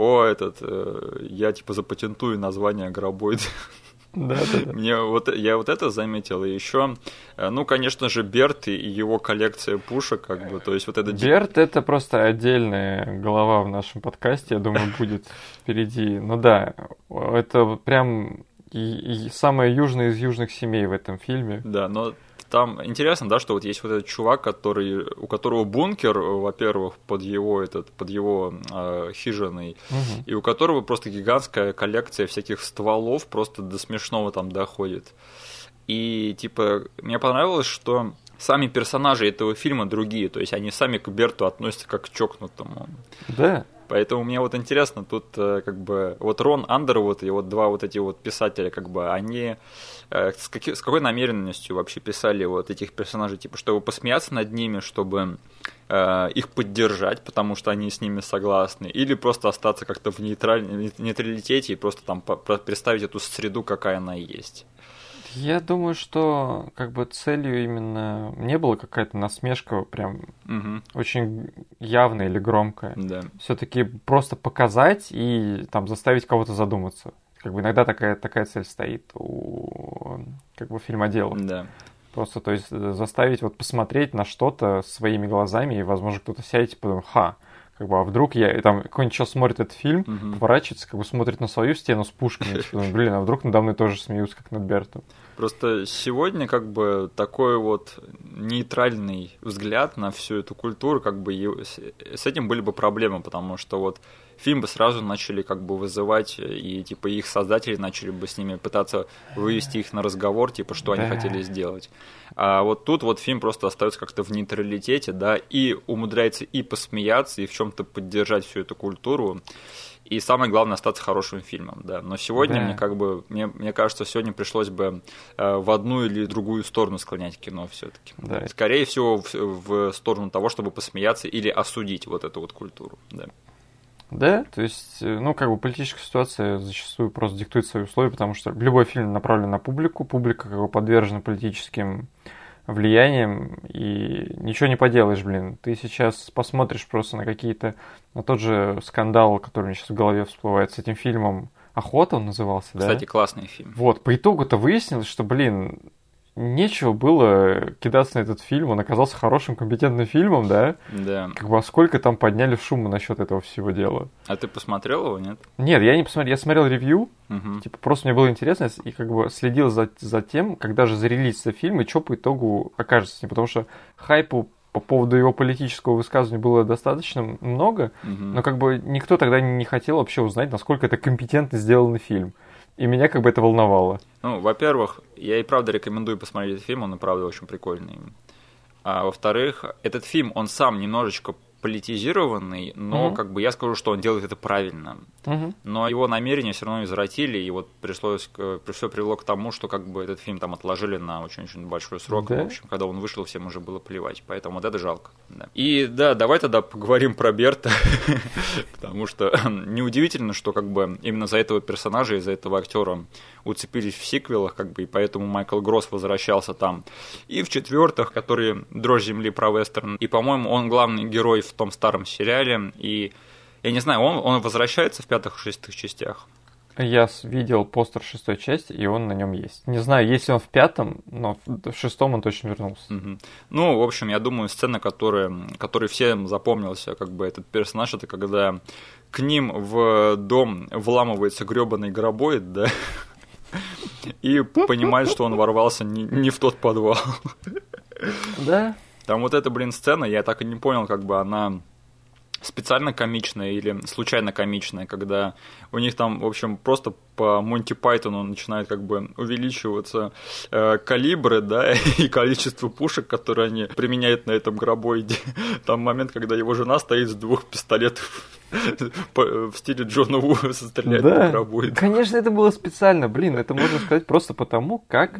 я типа запатентую название гробоид. Да. Я вот это заметил. И еще, конечно же, Берт и его коллекция пушек, как бы, то есть вот это... Берт — это просто отдельная глава в нашем подкасте, я думаю, будет впереди. Ну да, это прям самая южная из южных семей в этом фильме. Да, но там интересно, да, что вот есть вот этот чувак, у которого бункер, во-первых, под его хижиной, и у которого просто гигантская коллекция всяких стволов, просто до смешного там доходит. И, типа, мне понравилось, что сами персонажи этого фильма другие, то есть они сами к Берту относятся как к чокнутому. Да. Поэтому мне вот интересно, тут как бы вот Рон Андервуд и вот два вот эти вот писателя, как бы они с какой намеренностью вообще писали вот этих персонажей, типа, чтобы посмеяться над ними, чтобы их поддержать, потому что они с ними согласны, или просто остаться как-то в нейтралитете и просто там представить эту среду, какая она есть. Я думаю, что как бы целью именно не была какая-то насмешка прям очень явная или громкая. Да. Все-таки просто показать и там заставить кого-то задуматься. Как бы иногда такая цель стоит у как бы фильмоделов. Да. Просто, то есть, заставить вот посмотреть на что-то своими глазами, и, возможно, кто-то сядет и подумает, как бы, а вдруг там какой-нибудь человек смотрит этот фильм, поворачивается, как бы смотрит на свою стену с пушками, типа, блин, а вдруг надо мной тоже смеются, как над Бертом. Просто сегодня как бы такой вот нейтральный взгляд на всю эту культуру, как бы с этим были бы проблемы, потому что вот фильм бы сразу начали как бы вызывать, и типа их создатели начали бы с ними пытаться вывести их на разговор, типа что они хотели сделать. А вот тут вот фильм просто остается как-то в нейтралитете, да, и умудряется и посмеяться, и в чем-то поддержать всю эту культуру. И самое главное, остаться хорошим фильмом, да. Но сегодня мне кажется, сегодня пришлось бы в одну или другую сторону склонять кино все-таки. Да. Скорее всего, в сторону того, чтобы посмеяться или осудить вот эту вот культуру, да. Да, то есть, как бы политическая ситуация зачастую просто диктует свои условия, потому что любой фильм направлен на публику, публика как бы подвержена политическим влиянием, и ничего не поделаешь, блин. Ты сейчас посмотришь просто на тот же скандал, который у меня сейчас в голове всплывает с этим фильмом «Охота» он назывался, да? Кстати, классный фильм. Вот, по итогу-то выяснилось, что, блин, нечего было кидаться на этот фильм, он оказался хорошим, компетентным фильмом, да? Да. Как бы, а сколько там подняли шума насчет этого всего дела? А ты посмотрел его, нет? Нет, я не посмотрел, я смотрел ревью, типа, просто мне было интересно, и как бы следил за тем, когда же зарелизится фильм, и что по итогу окажется с ним, потому что хайпу по поводу его политического высказывания было достаточно много, но как бы никто тогда не хотел вообще узнать, насколько это компетентно сделанный фильм. И меня как бы это волновало. Ну, во-первых, я и правда рекомендую посмотреть этот фильм, он и правда очень прикольный. А во-вторых, этот фильм, он сам немножечко политизированный, но как бы я скажу, что он делает это правильно. Но его намерения все равно извратили, и вот все привело к тому, что как бы этот фильм там отложили на очень-очень большой срок. Да? В общем, когда он вышел, всем уже было плевать. Поэтому вот это жалко. Да. И да, давай тогда поговорим про Берта, потому что неудивительно, что как бы именно за этого персонажа и за этого актера уцепились в сиквелах, как бы, и поэтому Майкл Гросс возвращался там. И в четвертых, которые «Дрожь земли» про вестерн. И, по-моему, он главный герой в том старом сериале. И я не знаю, он возвращается в пятых и шестых частях? Я видел постер шестой части, и он на нем есть. Не знаю, есть ли он в пятом, но в шестом он точно вернулся. Ну, в общем, я думаю, сцена, которая всем запомнился, как бы этот персонаж, это когда к ним в дом вламывается грёбаный гробоид, да, и понимает, что он ворвался не в тот подвал. Да. Там вот эта, сцена, я так и не понял, как бы она специально комичная или случайно комичная, когда у них там, в общем, просто по Монти Пайтону начинают как бы увеличиваться калибры, да, и количество пушек, которые они применяют на этом гробоиде. Там момент, когда его жена стоит с 2 пистолетов в стиле Джона Ву, стреляет по гробоиду. Конечно, это было специально, это можно сказать просто потому, как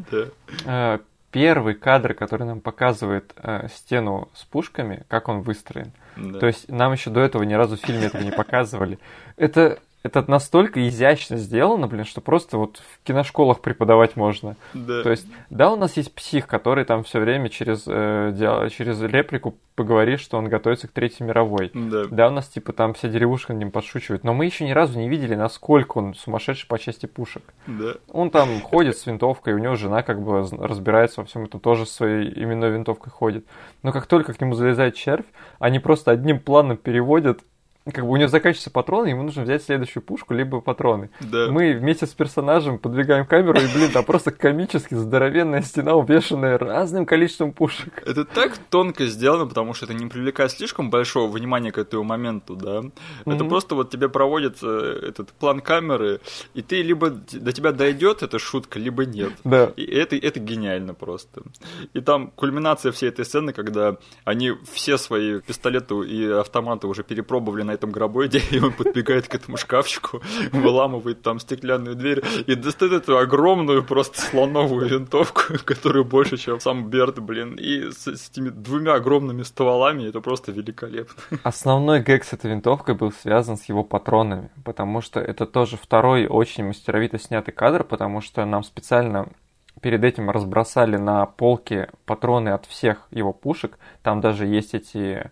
первый кадр, который нам показывает стену с пушками, как он выстроен. Да. То есть нам еще до этого ни разу в фильме этого не показывали. Это настолько изящно сделано, что просто вот в киношколах преподавать можно. Да. То есть, да, у нас есть псих, который там все время через реплику поговорит, что он готовится к Третьей мировой. Да, у нас типа там вся деревушка над ним подшучивает. Но мы еще ни разу не видели, насколько он сумасшедший по части пушек. Да. Он там ходит с винтовкой, у него жена как бы разбирается во всем этом, тоже с своей именной винтовкой ходит. Но как только к нему залезает червь, они просто одним планом переводят. Как бы у него заканчиваются патроны, ему нужно взять следующую пушку, либо патроны. Да. Мы вместе с персонажем подвигаем камеру, и, там просто комически здоровенная стена, увешанная разным количеством пушек. Это так тонко сделано, потому что это не привлекает слишком большого внимания к этому моменту, да? Это просто вот тебе проводит этот план камеры, и ты либо до тебя дойдет эта шутка, либо нет. Да. И это гениально просто. И там кульминация всей этой сцены, когда они все свои пистолеты и автоматы уже перепробовали на этом гробоиде, и он подбегает к этому шкафчику, выламывает там стеклянную дверь и достает эту огромную просто слоновую винтовку, которую больше, чем сам Берт, и с этими 2 огромными стволами, это просто великолепно. Основной гэг с этой винтовкой был связан с его патронами, потому что это тоже второй очень мастеровито снятый кадр, потому что нам специально перед этим разбросали на полке патроны от всех его пушек, там даже есть эти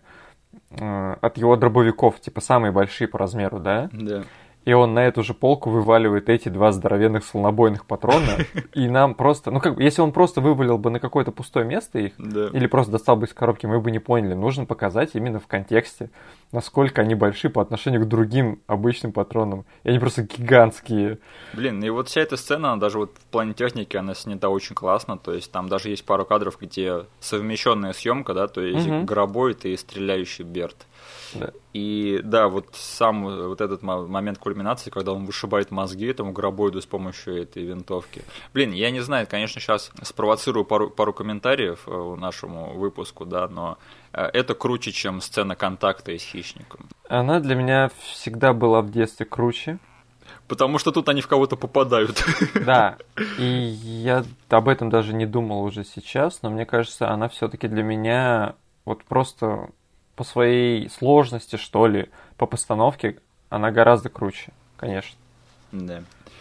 от его дробовиков, типа самые большие по размеру, да? Да. И он на эту же полку вываливает эти 2 здоровенных слонобойных патрона, и нам просто, если он просто вывалил бы на какое-то пустое место их, или просто достал бы из коробки, мы бы не поняли. Нужно показать именно в контексте, насколько они большие по отношению к другим обычным патронам. И они просто гигантские. И вот вся эта сцена, даже вот в плане техники, она снята очень классно, то есть там даже есть пару кадров, где совмещенная съемка, да, то есть гробоид и стреляющий Берт. Да. И да, вот сам вот этот момент кульминации, когда он вышибает мозги этому гробоиду с помощью этой винтовки. Я не знаю, конечно, сейчас спровоцирую пару комментариев нашему выпуску, да, но это круче, чем сцена контакта с хищником. Она для меня всегда была в детстве круче. Потому что тут они в кого-то попадают. Да, и я об этом даже не думал уже сейчас, но мне кажется, она все-таки для меня вот просто по своей сложности, что ли, по постановке, она гораздо круче, конечно. Да.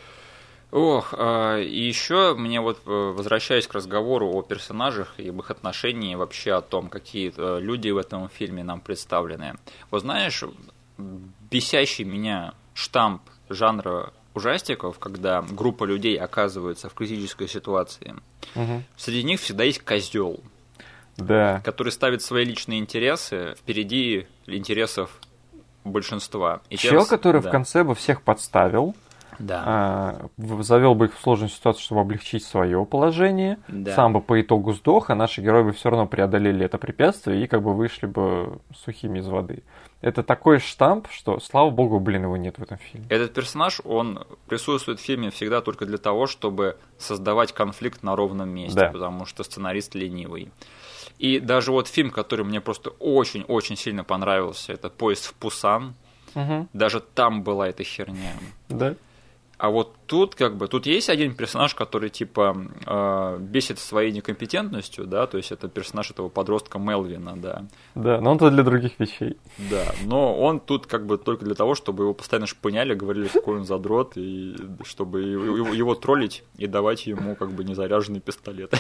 И еще мне вот, возвращаясь к разговору о персонажах и об их отношении, вообще о том, какие люди в этом фильме нам представлены. Вот знаешь, бесящий меня штамп жанра ужастиков, когда группа людей оказывается в критической ситуации, среди них всегда есть козел. Да. Который ставит свои личные интересы впереди интересов большинства. Человек, который в конце бы всех подставил, завел бы их в сложную ситуацию, чтобы облегчить свое положение, сам бы по итогу сдох, а наши герои бы все равно преодолели это препятствие и как бы вышли бы сухими из воды. Это такой штамп, что, слава богу, его нет в этом фильме. Этот персонаж, он присутствует в фильме всегда только для того, чтобы создавать конфликт на ровном месте, потому что сценарист ленивый. И даже вот фильм, который мне просто очень-очень сильно понравился, это «Поезд в Пусан», даже там была эта херня. Да. А вот тут тут есть один персонаж, который типа бесит своей некомпетентностью, да, то есть это персонаж этого подростка Мелвина, да. Да, но он-то для других вещей. Да, но он тут только для того, чтобы его постоянно шпыняли, говорили, какой он задрот, и чтобы его троллить и давать ему незаряженный пистолет.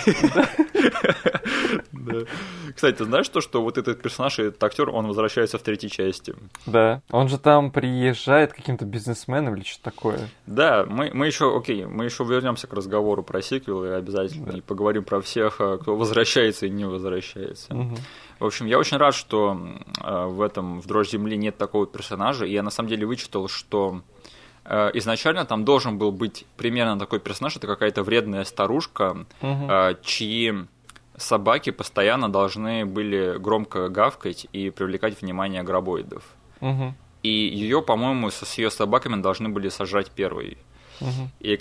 Кстати, ты знаешь что вот этот персонаж, этот актер, он возвращается в 3-й части? Да, он же там приезжает каким-то бизнесменом или что-то такое. Да, мы еще вернемся к разговору про сиквелы обязательно и поговорим про всех, кто возвращается и не возвращается. В общем, я очень рад, что в «Дрожь земли» нет такого персонажа, и я на самом деле вычитал, что изначально там должен был быть примерно такой персонаж, это какая-то вредная старушка, чьи собаки постоянно должны были громко гавкать и привлекать внимание гробоидов. И ее, по-моему, с ее собаками должны были сожрать первой. И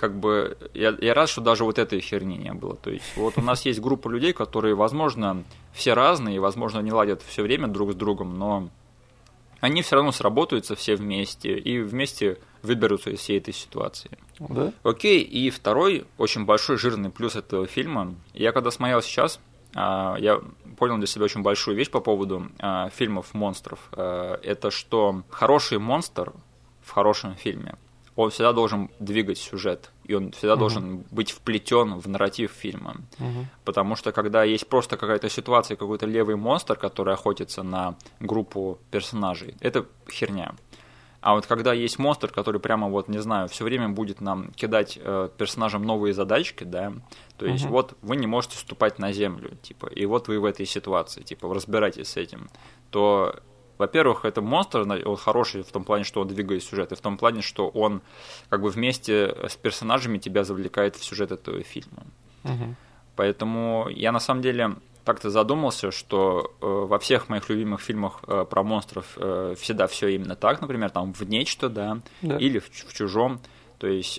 я рад, что даже вот этой херни не было. То есть вот у нас есть группа людей, которые, возможно, все разные, возможно, не ладят все время друг с другом, но они все равно сработаются все вместе и вместе выберутся из всей этой ситуации. Да? Окей, и второй очень большой жирный плюс этого фильма. Я когда смотрел сейчас, я понял для себя очень большую вещь по поводу фильмов монстров. Это что хороший монстр в хорошем фильме, он всегда должен двигать сюжет, и он всегда должен быть вплетен в нарратив фильма. Потому что когда есть просто какая-то ситуация, какой-то левый монстр, который охотится на группу персонажей, это херня. А вот когда есть монстр, который прямо все время будет нам кидать персонажам новые задачки, да, то есть вот вы не можете ступать на землю, типа, и вот вы в этой ситуации, типа, разбирайтесь с этим, то, во-первых, это монстр, он хороший в том плане, что он двигает сюжет, и в том плане, что он вместе с персонажами тебя завлекает в сюжет этого фильма. Поэтому я на самом деле так-то задумался, что во всех моих любимых фильмах про монстров всегда все именно так, например, там в «Нечто», да. Или в «Чужом». То есть,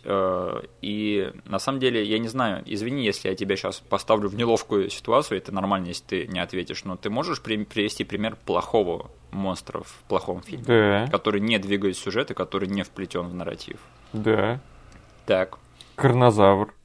и на самом деле, я не знаю, извини, если я тебя сейчас поставлю в неловкую ситуацию, это нормально, если ты не ответишь, но ты можешь привести пример плохого монстра в плохом фильме, который не двигает сюжет и который не вплетен в нарратив? Да. Так. Карнозавр.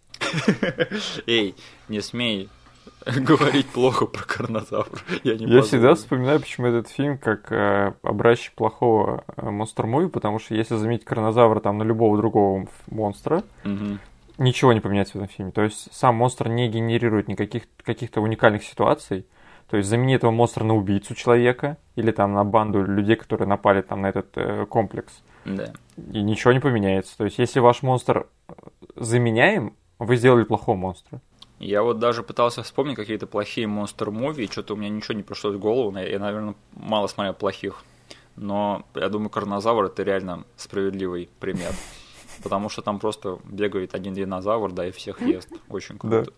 Эй, не смей говорить плохо про Карнозавра. Я всегда вспоминаю, почему этот фильм как образчик плохого монстр-муви, потому что если заменить Карнозавра там на любого другого монстра, ничего не поменяется в этом фильме. То есть сам монстр не генерирует никаких каких-то уникальных ситуаций. То есть замени этого монстра на убийцу человека или там на банду людей, которые напали там на этот комплекс. Да. И ничего не поменяется. То есть если ваш монстр заменяем, вы сделали плохого монстра. Я вот даже пытался вспомнить какие-то плохие монстр-муви, и что-то у меня ничего не пришло в голову. Я, наверное, мало смотрел плохих. Но я думаю, Карнозавр — это реально справедливый пример. Потому что там просто бегает один динозавр, да, и всех ест. Очень круто.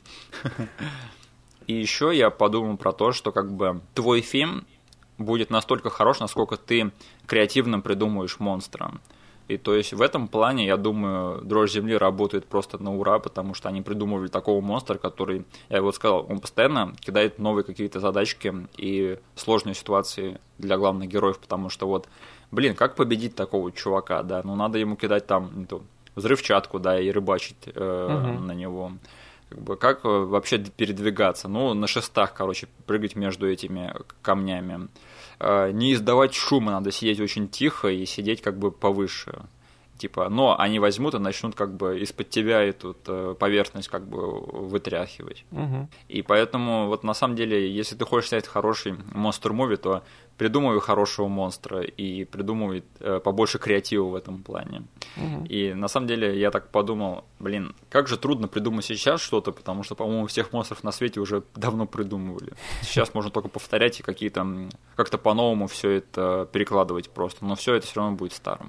И еще я подумал про то, что твой фильм будет настолько хорош, насколько ты креативно придумываешь монстра. И то есть в этом плане, я думаю, «Дрожь земли» работает просто на ура, потому что они придумывали такого монстра, который, я вот сказал, он постоянно кидает новые какие-то задачки и сложные ситуации для главных героев, потому что как победить такого чувака, да, надо ему кидать там взрывчатку, да, и рыбачить на него. Как вообще передвигаться? На шестах, прыгать между этими камнями. Не издавать шума, надо сидеть очень тихо и сидеть повыше. Но они возьмут и начнут из-под тебя эту поверхность вытряхивать. И поэтому на самом деле, если ты хочешь снять хороший монстр-муви, то придумывай хорошего монстра и придумывай побольше креатива в этом плане. И на самом деле я так подумал, как же трудно придумать сейчас что-то, потому что, по-моему, всех монстров на свете уже давно придумывали. Сейчас можно только повторять и как-то по-новому все это перекладывать просто, но все это все равно будет старым.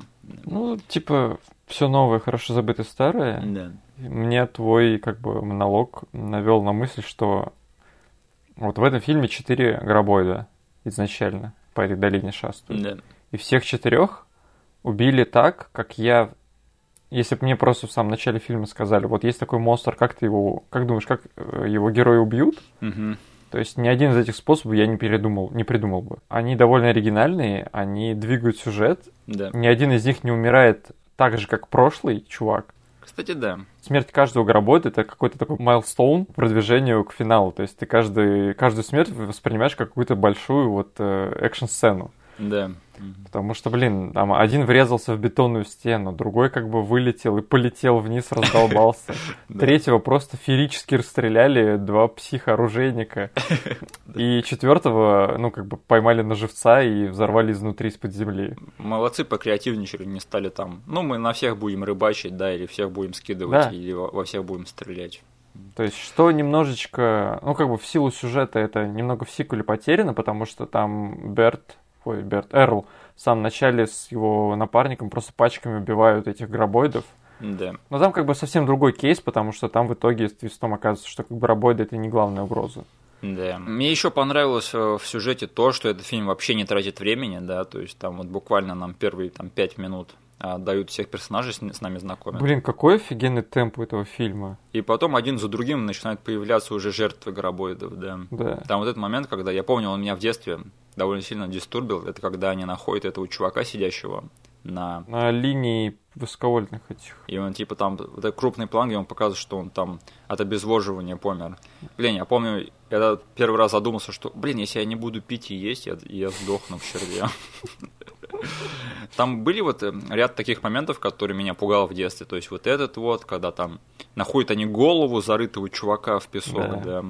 Все новое, хорошо забытое старое. Да. Мне твой монолог навел на мысль, что вот в этом фильме 4 гробоида изначально по этой долине шастают. Да. И всех 4 убили так, как если бы мне просто в самом начале фильма сказали, вот есть такой монстр, как думаешь, как его герои убьют? То есть ни один из этих способов я не придумал бы. Они довольно оригинальные, они двигают сюжет. Да. Ни один из них не умирает так же, как прошлый чувак. Кстати, да. Смерть каждого гробойда — это какой-то такой майлстоун к продвижению к финалу. То есть ты каждую смерть воспринимаешь как какую-то большую вот экшн-сцену. Да. Потому что, блин, там один врезался в бетонную стену, другой как бы вылетел и полетел вниз, раздолбался. Третьего просто феерически расстреляли 2 психооружейника. И 4-го, ну, как бы поймали на живца и взорвали изнутри из-под земли. Молодцы, покреативничали, не стали там. Ну, мы на всех будем рыбачить, да, или всех будем скидывать, Да. или во всех будем стрелять. То есть, что немножечко, ну, как бы в силу сюжета это немного в сиквеле потеряно, потому что там Эрл в самом начале с его напарником просто пачками убивают этих гробоидов. Да. Но там как бы совсем другой кейс, потому что там в итоге с твистом оказывается, что как бы гробоиды — это не главная угроза. Да. Мне еще понравилось в сюжете то, что этот фильм вообще не тратит времени, да, то есть там вот буквально нам первые 5 минут дают всех персонажей с нами знакомят. Блин, какой офигенный темп у этого фильма. И потом один за другим начинают появляться уже жертвы гробоидов, да. Да. Там вот этот момент, когда я помню, он меня в детстве довольно сильно дистурбил, это когда они находят этого чувака, сидящего на линии высоковольтных этих. И он типа там, вот этот крупный план, где он показывает, что он там от обезвоживания помер. Блин, я помню, я первый раз задумался, что, если я не буду пить и есть, я сдохну к червям. Там были вот ряд таких моментов, которые меня пугало в детстве. То есть вот этот вот, когда там находят они голову зарытого чувака в песок, да.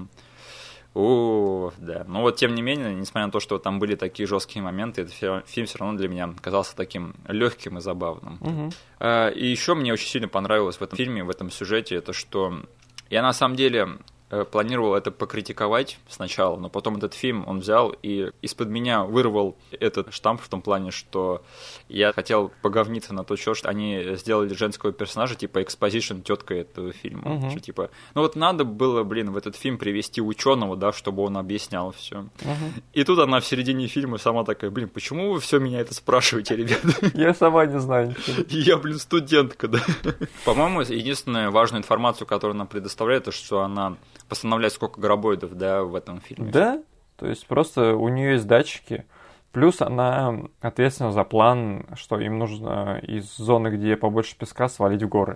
Да. Но вот тем не менее, несмотря на то, что там были такие жесткие моменты, этот фильм все равно для меня казался таким легким и забавным. И еще мне очень сильно понравилось в этом фильме, в этом сюжете, это что я на самом деле планировал это покритиковать сначала, но потом этот фильм он взял и из-под меня вырвал этот штамп в том плане, что я хотел поговниться на то, что они сделали женского персонажа, типа экспозишн тетка этого фильма. Что, типа, ну вот надо было, в этот фильм привести ученого, да, чтобы он объяснял все. И тут она в середине фильма сама такая, почему вы все меня это спрашиваете, ребята? Я сама не знаю ничего. Я, студентка, да. По-моему, единственную важную информацию, которую она предоставляет, это что она постановляет, сколько гробоидов, да, в этом фильме. Да, то есть просто у нее есть датчики, плюс она ответственна за план, что им нужно из зоны, где побольше песка, свалить в горы.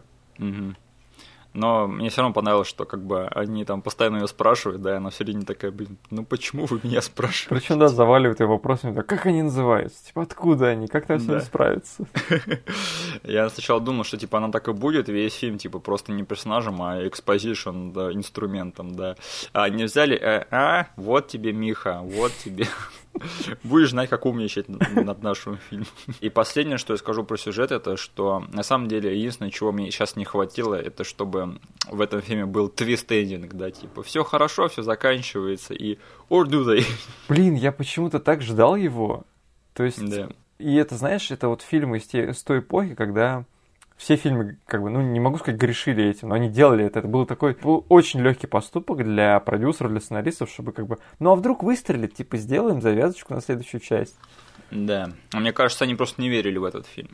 Но мне все равно понравилось, что как бы они там постоянно ее спрашивают, да, и она все время такая, почему вы меня спрашиваете? Причем, да, заваливают ее вопросами, так, как они называются? Типа, откуда они? Как там с ними справиться? Я сначала думал, что, типа, она так и будет, весь фильм, типа, просто не персонажем, а экспозишн, да, инструментом, да. А они взяли, вот тебе, Миха, вот тебе... Будешь знать, как умничать над нашим фильмом. И последнее, что я скажу про сюжет, это что, на самом деле, единственное, чего мне сейчас не хватило, это чтобы в этом фильме был твист-эндинг, да, типа, все хорошо, все заканчивается, и or do they? Блин, я почему-то так ждал его. То есть, да. И это, знаешь, это вот фильмы с той эпохи, когда все фильмы, как бы, не могу сказать, грешили этим, но они делали это. Это был очень легкий поступок для продюсеров, для сценаристов, чтобы как бы, а вдруг выстрелит, типа, сделаем завязочку на следующую часть. Да. Мне кажется, они просто не верили в этот фильм.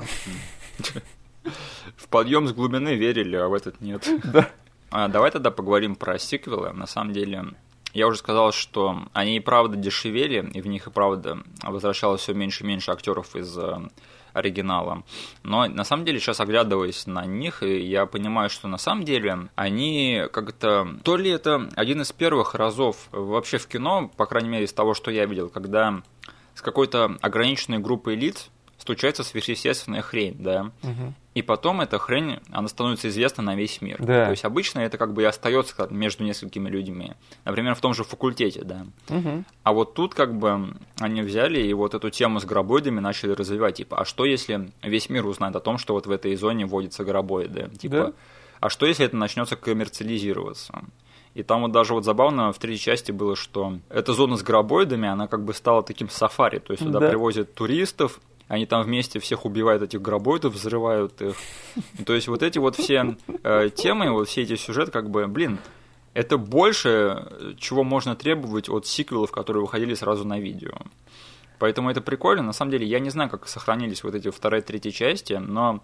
В подъем с глубины верили, а в этот нет. Да. Давай тогда поговорим про сиквелы. На самом деле, я уже сказал, что они и правда дешевели, и в них и правда возвращалось все меньше и меньше актеров из оригинала. Но на самом деле, сейчас оглядываясь на них, я понимаю, что на самом деле они как-то... То ли это один из первых разов вообще в кино, по крайней мере, из того, что я видел, когда с какой-то ограниченной группой лиц случается сверхъестественная хрень, да. И потом эта хрень, она становится известна на весь мир. Да. То есть обычно это как бы и остается между несколькими людьми. Например, в том же факультете, да. А вот тут как бы они взяли и вот эту тему с гробоидами начали развивать. Типа, а что если весь мир узнает о том, что вот в этой зоне водятся гробоиды? Типа, да. А что если это начнется коммерциализироваться? И там вот даже вот забавно в третьей части было, что эта зона с гробоидами, она как бы стала таким сафари. То есть туда привозят туристов, они там вместе всех убивают, этих гробоидов, взрывают их. То есть вот эти вот все темы, вот все эти сюжеты, как бы, это больше, чего можно требовать от сиквелов, которые выходили сразу на видео. Поэтому это прикольно. На самом деле, я не знаю, как сохранились вот эти вторая и третья части, но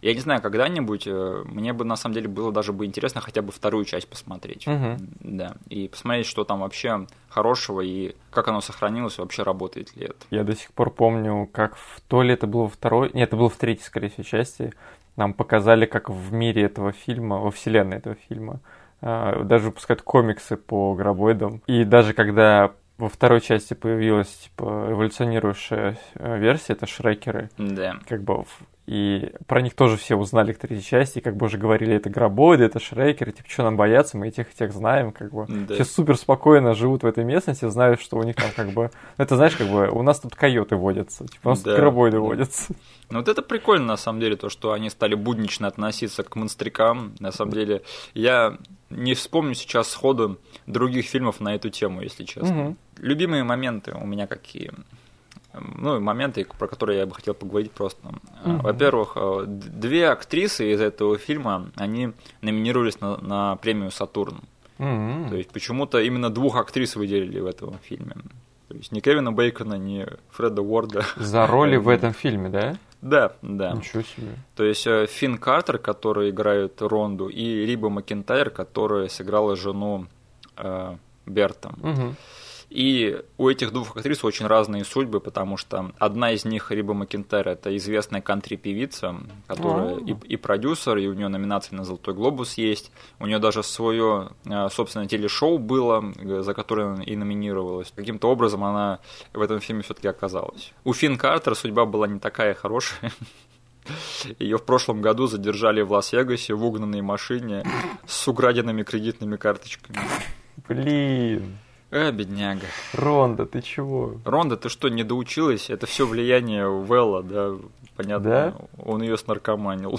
Я не знаю, когда-нибудь мне бы на самом деле было даже бы интересно хотя бы вторую часть посмотреть. Да. И посмотреть, что там вообще хорошего и как оно сохранилось, вообще работает ли это. Я до сих пор помню, как то ли это было во второй... Нет, это было в третьей, скорее всего, части. Нам показали, как в мире этого фильма, во вселенной этого фильма, даже выпускают комиксы по гробоидам. И даже когда во второй части появилась, типа, эволюционирующая версия, это шрекеры. Да. Как бы, и про них тоже все узнали к третьей части, и как бы уже говорили, это гробоиды, это шрекеры, типа, что нам бояться, мы этих знаем, как бы. Да. Все супер спокойно живут в этой местности, знают, что у них там, как бы, это, знаешь, как бы, у нас тут койоты водятся, типа, у нас тут гробоиды водятся. Ну вот это прикольно, на самом деле, то, что они стали буднично относиться к монстрикам. На самом деле, я не вспомню сейчас сходу других фильмов на эту тему, если честно. Любимые моменты у меня какие? Ну, моменты, про которые я бы хотел поговорить просто. Во-первых, две актрисы из этого фильма, они номинировались на премию «Сатурн». То есть почему-то именно двух актрис выделили в этом фильме. То есть ни Кевина Бейкона, ни Фреда Уорда. За роли в этом фильме, да? Да, да. Ничего себе. То есть Финн Картер, который играет Ронду, и Риба Макентайр, которая сыграла жену Берта. И у этих двух актрис очень разные судьбы, потому что одна из них, Риба Макентайр, это известная кантри-певица, которая и продюсер, и у нее номинация на «Золотой глобус» есть. У нее даже свое собственное телешоу было, за которое она и номинировалась. Каким-то образом она в этом фильме все-таки оказалась. У Финн Картер судьба была не такая хорошая. Ее в прошлом году задержали в Лас-Вегасе в угнанной машине с украденными кредитными карточками. Блин. Бедняга. Ронда, ты чего? Ронда, ты что, не доучилась? Это все влияние Вэлла, да? Понятно. Да? Он ее снаркоманил.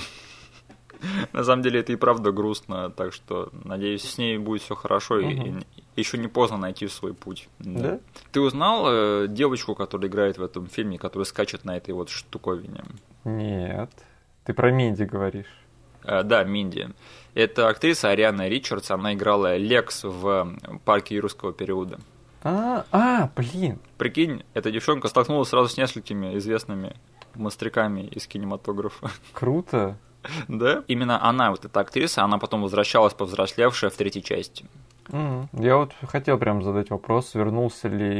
На самом деле это и правда грустно, так что, надеюсь, с ней будет все хорошо, и еще не поздно найти свой путь. Да? Ты узнал девочку, которая играет в этом фильме, которая скачет на этой вот штуковине? Нет. Ты про Минди говоришь. Да, Минди. Это актриса Ариана Ричардс, она играла Лекс в «Парке юрского периода». Блин. Прикинь, эта девчонка столкнулась сразу с несколькими известными монстриками из кинематографа. Круто. Да? Именно она, вот эта актриса, она потом возвращалась повзрослевшая в третьей части. Я вот хотел прям задать вопрос, вернулась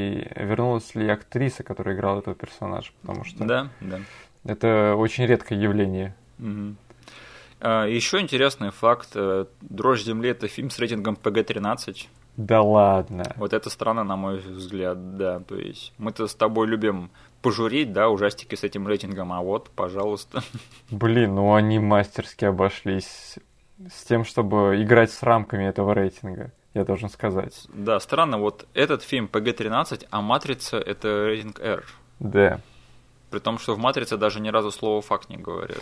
ли актриса, которая играла этого персонажа, потому что да. Это очень редкое явление. Еще интересный факт. «Дрожь земли» — это фильм с рейтингом PG-13. Да ладно. Вот это странно, на мой взгляд, да. То есть мы-то с тобой любим пожурить, да, ужастики с этим рейтингом, а вот, пожалуйста. Блин, ну они мастерски обошлись с тем, чтобы играть с рамками этого рейтинга, я должен сказать. Да, странно, вот этот фильм PG-13, а «Матрица» — это рейтинг R. Да. При том, что в «Матрице» даже ни разу слово «фак» не говорят.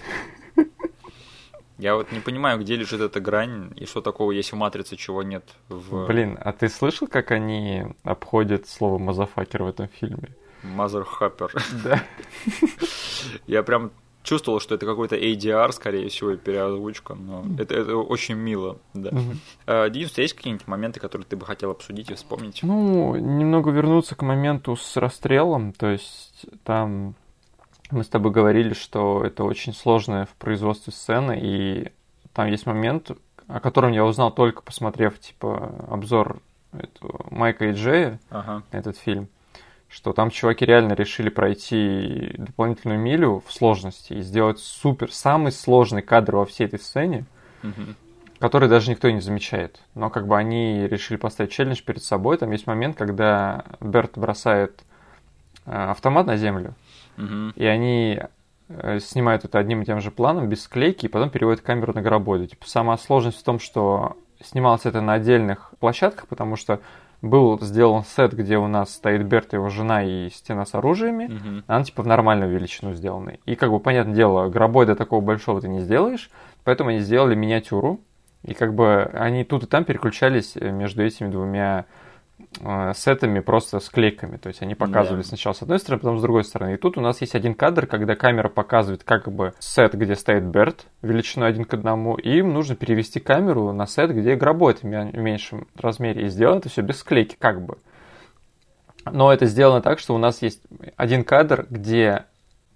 Я вот не понимаю, где лежит эта грань, и что такого есть в «Матрице», чего нет в... Блин, а ты слышал, как они обходят слово «мазафакер» в этом фильме? Мазерхаппер. Да. Я прям чувствовал, что это какой-то ADR, скорее всего, и переозвучка, но это очень мило, да. Денис, у тебя есть какие-нибудь моменты, которые ты бы хотел обсудить и вспомнить? Ну, немного вернуться к моменту с расстрелом, то есть там... Мы с тобой говорили, что это очень сложная в производстве сцена, и там есть момент, о котором я узнал только посмотрев, типа, обзор Майка и Джея на этот фильм, что там чуваки реально решили пройти дополнительную милю в сложности и сделать самый сложный кадр во всей этой сцене, который даже никто не замечает. Но как бы они решили поставить челлендж перед собой. Там есть момент, когда Берт бросает автомат на землю, и они снимают это одним и тем же планом, без склейки, и потом переводят камеру на гробоида. Типа, сама сложность в том, что снималось это на отдельных площадках, потому что был сделан сет, где у нас стоит Берт, его жена и стена с оружиями, она типа в нормальную величину сделана. И как бы, понятное дело, гробоида такого большого ты не сделаешь, поэтому они сделали миниатюру, и как бы они тут и там переключались между этими двумя сетами просто склейками. То есть они показывали сначала с одной стороны, потом с другой стороны. И тут у нас есть один кадр, когда камера показывает как бы сет, где стоит Берт, величиной 1:1, и им нужно перевести камеру на сет, где гробоид в меньшем размере. И сделано это все без склейки как бы. Но это сделано так, что у нас есть один кадр, где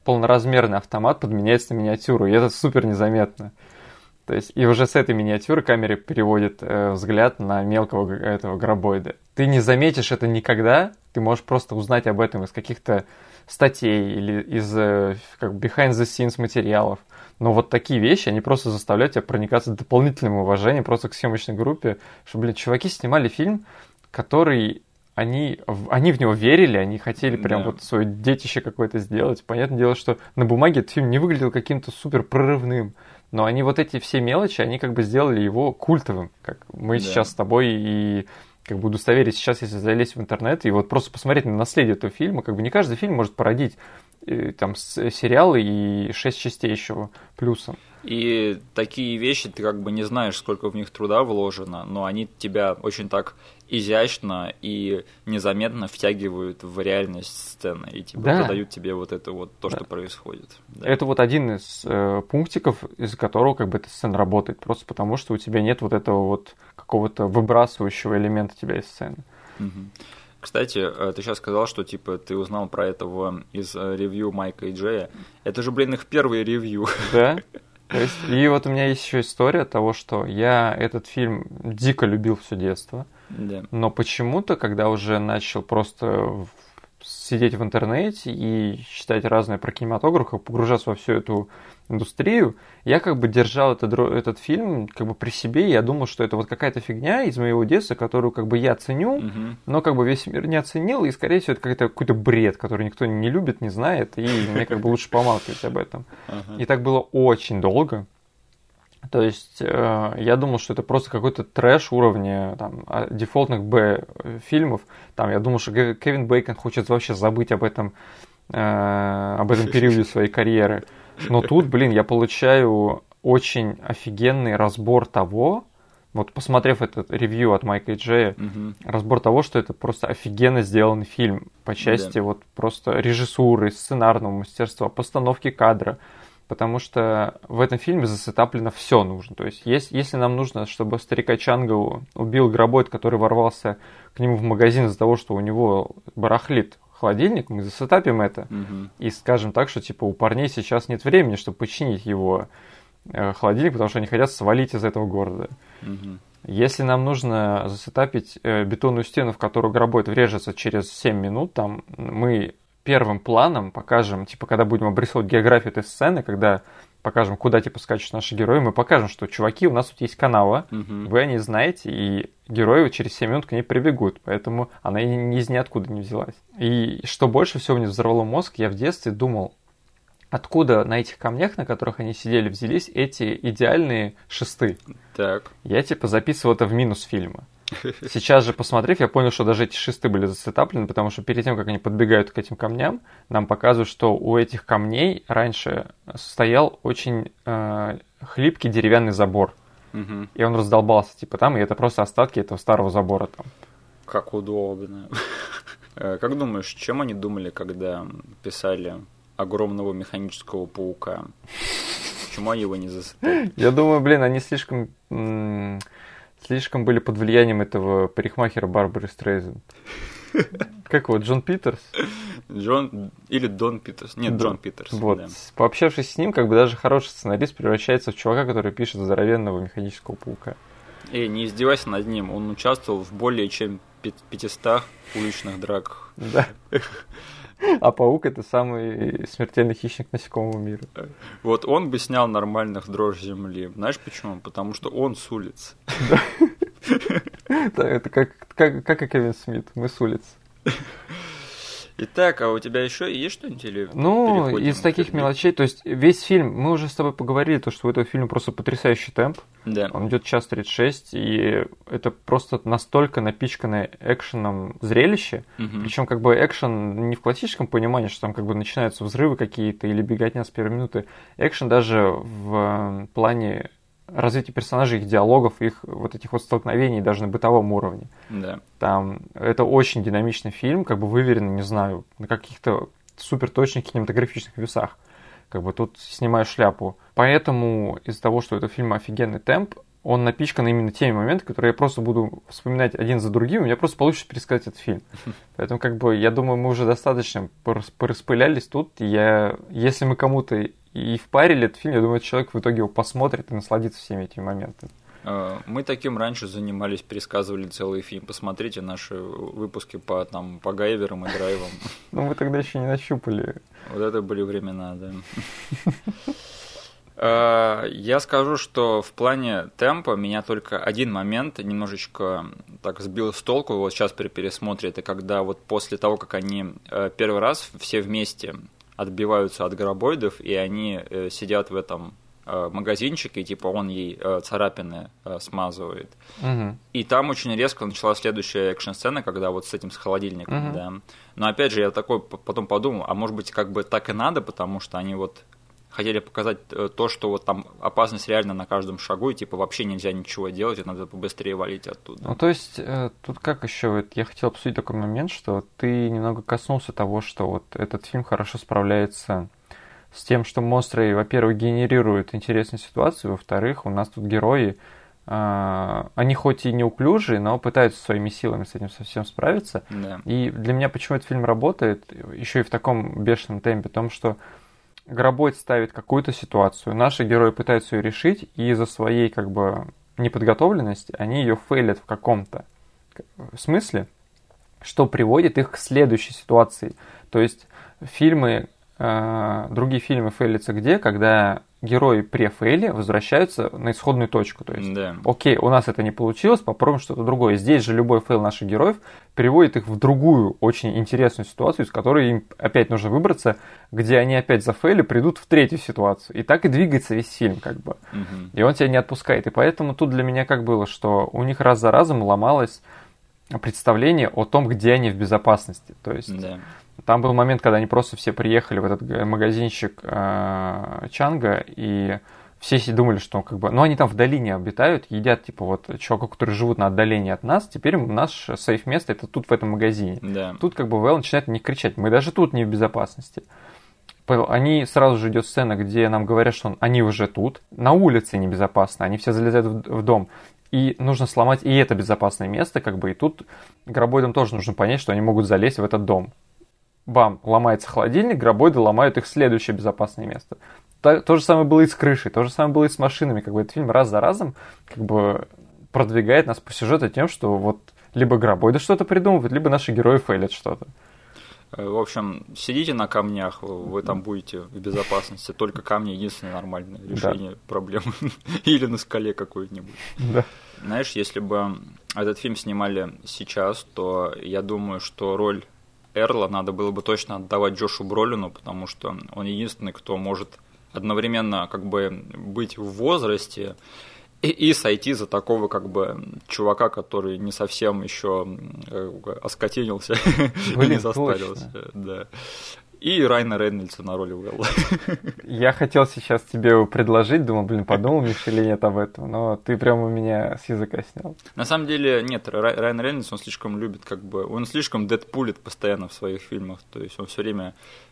полноразмерный автомат подменяется на миниатюру, и это супер незаметно. То есть, и уже с этой миниатюры камера переводит взгляд на мелкого этого гробоида. Ты не заметишь это никогда, ты можешь просто узнать об этом из каких-то статей или из как behind the scenes материалов. Но вот такие вещи, они просто заставляют тебя проникаться дополнительным уважением просто к съемочной группе, что, блин, чуваки снимали фильм, который... Они в него верили, они хотели прям вот свое детище какое-то сделать. Понятное дело, что на бумаге этот фильм не выглядел каким-то супер прорывным, но они вот эти все мелочи, они как бы сделали его культовым, как мы сейчас с тобой и как бы удостоверить сейчас, если залезть в интернет и вот просто посмотреть на наследие этого фильма, как бы не каждый фильм может породить там сериалы и 6 частей еще плюсом. И такие вещи, ты как бы не знаешь, сколько в них труда вложено, но они тебя очень так изящно и незаметно втягивают в реальность сцены и подают тебе вот это вот то, что происходит. Да. Это вот один из пунктиков, из-за которого как бы эта сцена работает, просто потому что у тебя нет вот этого вот какого-то выбрасывающего элемента тебя из сцены. Угу. Кстати, ты сейчас сказал, что типа ты узнал про этого из ревью Майка и Джея. Это же, блин, их первые ревью. Да. То есть, и вот у меня есть еще история того, что я этот фильм дико любил все детство, но почему-то, когда уже начал просто сидеть в интернете и читать разное про кинематограф, погружаться во всю эту индустрию, я как бы держал этот фильм как бы при себе, и я думал, что это вот какая-то фигня из моего детства, которую как бы я ценю, но как бы весь мир не оценил, и скорее всего это какой-то бред, который никто не любит, не знает, и мне как бы лучше помалкивать об этом. И так было очень долго. То есть я думал, что это просто какой-то трэш уровня там, дефолтных Б-фильмов. Там, я думал, что Кевин Бейкон хочет вообще забыть об этом периоде своей карьеры. Но тут, блин, я получаю очень офигенный разбор того, вот посмотрев этот ревью от Майка и Джея, разбор того, что это просто офигенно сделанный фильм по части вот просто режиссуры, сценарного мастерства, постановки кадра. Потому что в этом фильме засетаплено все нужно. То есть, если нам нужно, чтобы старика Чанга убил гробоид, который ворвался к нему в магазин из-за того, что у него барахлит холодильник, мы засетапим это. И скажем так, что типа у парней сейчас нет времени, чтобы починить его холодильник, потому что они хотят свалить из этого города. Если нам нужно засетапить бетонную стену, в которую гробоид врежется через 7 минут, там мы... первым планом покажем, типа, когда будем обрисовывать географию этой сцены, когда покажем, куда, типа, скачут наши герои, мы покажем, что, чуваки, у нас тут есть канава, вы о ней знаете, и герои через 7 минут к ней прибегут, поэтому она из ниоткуда не взялась. И что больше всего мне взорвало мозг, я в детстве думал, откуда на этих камнях, на которых они сидели, взялись эти идеальные шесты. Так. Я, типа, записывал это в минус фильма. Сейчас же, посмотрев, я понял, что даже эти шесты были засетаплены, потому что перед тем, как они подбегают к этим камням, нам показывают, что у этих камней раньше стоял очень хлипкий деревянный забор. И он раздолбался, типа, там, и это просто остатки этого старого забора там. Как удобно. Как думаешь, чем они думали, когда писали огромного механического паука? Почему они его не засетапили? Я думаю, блин, они слишком были под влиянием этого парикмахера Барбары Стрейзенд. Как его, Джон Питерс? Или Дон Питерс. Нет, Джон Питерс. Вот. Да. Пообщавшись с ним, как бы даже хороший сценарист превращается в чувака, который пишет здоровенного механического паука. Не издевайся над ним. Он участвовал в более чем 500 уличных драках. Да. А паук — это самый смертельный хищник насекомого мира. Вот он бы снял нормальных дрожь земли. Знаешь почему? Потому что он с улицы. Это как и Кевин Смит. Мы с улицы. Итак, а у тебя еще есть что-нибудь? Или ну, из таких мелочей, то есть весь фильм, мы уже с тобой поговорили, то, что у этого фильма просто потрясающий темп. Да. Он идет 1:36, и это просто настолько напичканное экшеном зрелище. Причем как бы экшен не в классическом понимании, что там как бы начинаются взрывы какие-то или беготня с первой минуты. Экшен даже в плане развитие персонажей, их диалогов, их вот этих вот столкновений даже на бытовом уровне. Да. Там это очень динамичный фильм, как бы выверенный, не знаю, на каких-то супер точных кинематографичных весах. Как бы тут снимаю шляпу. Поэтому из-за того, что это фильм офигенный темп, он напичкан именно теми моментами, которые я просто буду вспоминать один за другим, и у меня просто получится пересказать этот фильм. Поэтому, как бы, я думаю, мы уже достаточно пораспылялись тут. Если мы кому-то и впарили этот фильм, я думаю, этот человек в итоге его посмотрит и насладится всеми этими моментами. Мы таким раньше занимались, пересказывали целый фильм. Посмотрите наши выпуски по Гайверам и Драйвам. Ну, мы тогда еще не нащупали. Вот это были времена, да. Я скажу, что в плане темпа меня только один момент немножечко так сбил с толку вот сейчас при пересмотре. Это когда вот после того, как они первый раз все вместе отбиваются от гробоидов, и они сидят в этом магазинчике, и типа он ей царапины смазывает. И там очень резко началась следующая экшн-сцена, когда вот с этим, с холодильником, да. Но опять же, я такой потом подумал, а может быть, как бы так и надо, потому что они вот хотели показать то, что вот там опасность реально на каждом шагу, и типа вообще нельзя ничего делать, и надо побыстрее валить оттуда. Ну, то есть, тут как еще, я хотел обсудить такой момент, что ты немного коснулся того, что вот этот фильм хорошо справляется с тем, что монстры, во-первых, генерируют интересные ситуации, во-вторых, у нас тут герои, они хоть и неуклюжие, но пытаются своими силами с этим совсем справиться. Да. И для меня почему этот фильм работает, еще и в таком бешеном темпе, в том, что гробоид ставит какую-то ситуацию, наши герои пытаются ее решить, и из-за своей как бы неподготовленности они ее фейлят в каком-то смысле, что приводит их к следующей ситуации. То есть другие фильмы фейлятся где? Когда герои при фейле возвращаются на исходную точку. То есть, окей, у нас это не получилось, попробуем что-то другое. Здесь же любой фейл наших героев приводит их в другую очень интересную ситуацию, из которой им опять нужно выбраться, где они опять за фейли придут в третью ситуацию. И так и двигается весь фильм, как бы. И он тебя не отпускает. И поэтому тут для меня как было, что у них раз за разом ломалось представление о том, где они в безопасности. То есть там был момент, когда они просто все приехали в этот магазинчик Чанга, и все думали, что как бы, ну они там в долине обитают, едят типа вот чуваков, которые живут на отдалении от нас, теперь наш сейф-место это тут в этом магазине. Тут как бы Вэл начинает на них кричать, мы даже тут не в безопасности. Они сразу же идет сцена, где нам говорят, что они уже тут, на улице небезопасно, они все залезают в дом. И нужно сломать и это безопасное место, как бы, и тут гробоидам тоже нужно понять, что они могут залезть в этот дом. Бам, ломается холодильник, гробоиды ломают их следующее безопасное место. То же самое было и с крышей, то же самое было и с машинами. Как бы этот фильм раз за разом как бы продвигает нас по сюжету тем, что вот либо гробоиды что-то придумывают, либо наши герои фейлят что-то. В общем, сидите на камнях, вы там будете в безопасности. Только камни единственное нормальное решение проблемы. Или на скале какой-нибудь. Да. Знаешь, если бы этот фильм снимали сейчас, то я думаю, что роль Эрла надо было бы точно отдавать Джошу Бролину, потому что он единственный, кто может одновременно как бы быть в возрасте и сойти за такого как бы чувака, который не совсем еще оскотинился и не застарился. Да. И Райана Рейнольдса на роли Уэлла. Я хотел сейчас тебе его предложить, думал, подумал Миша или нет об этом, но ты прямо у меня с языка снял. На самом деле, нет, Райан Рейнольдс, он слишком любит, как бы, он слишком дэдпулит постоянно в своих фильмах, то есть он все время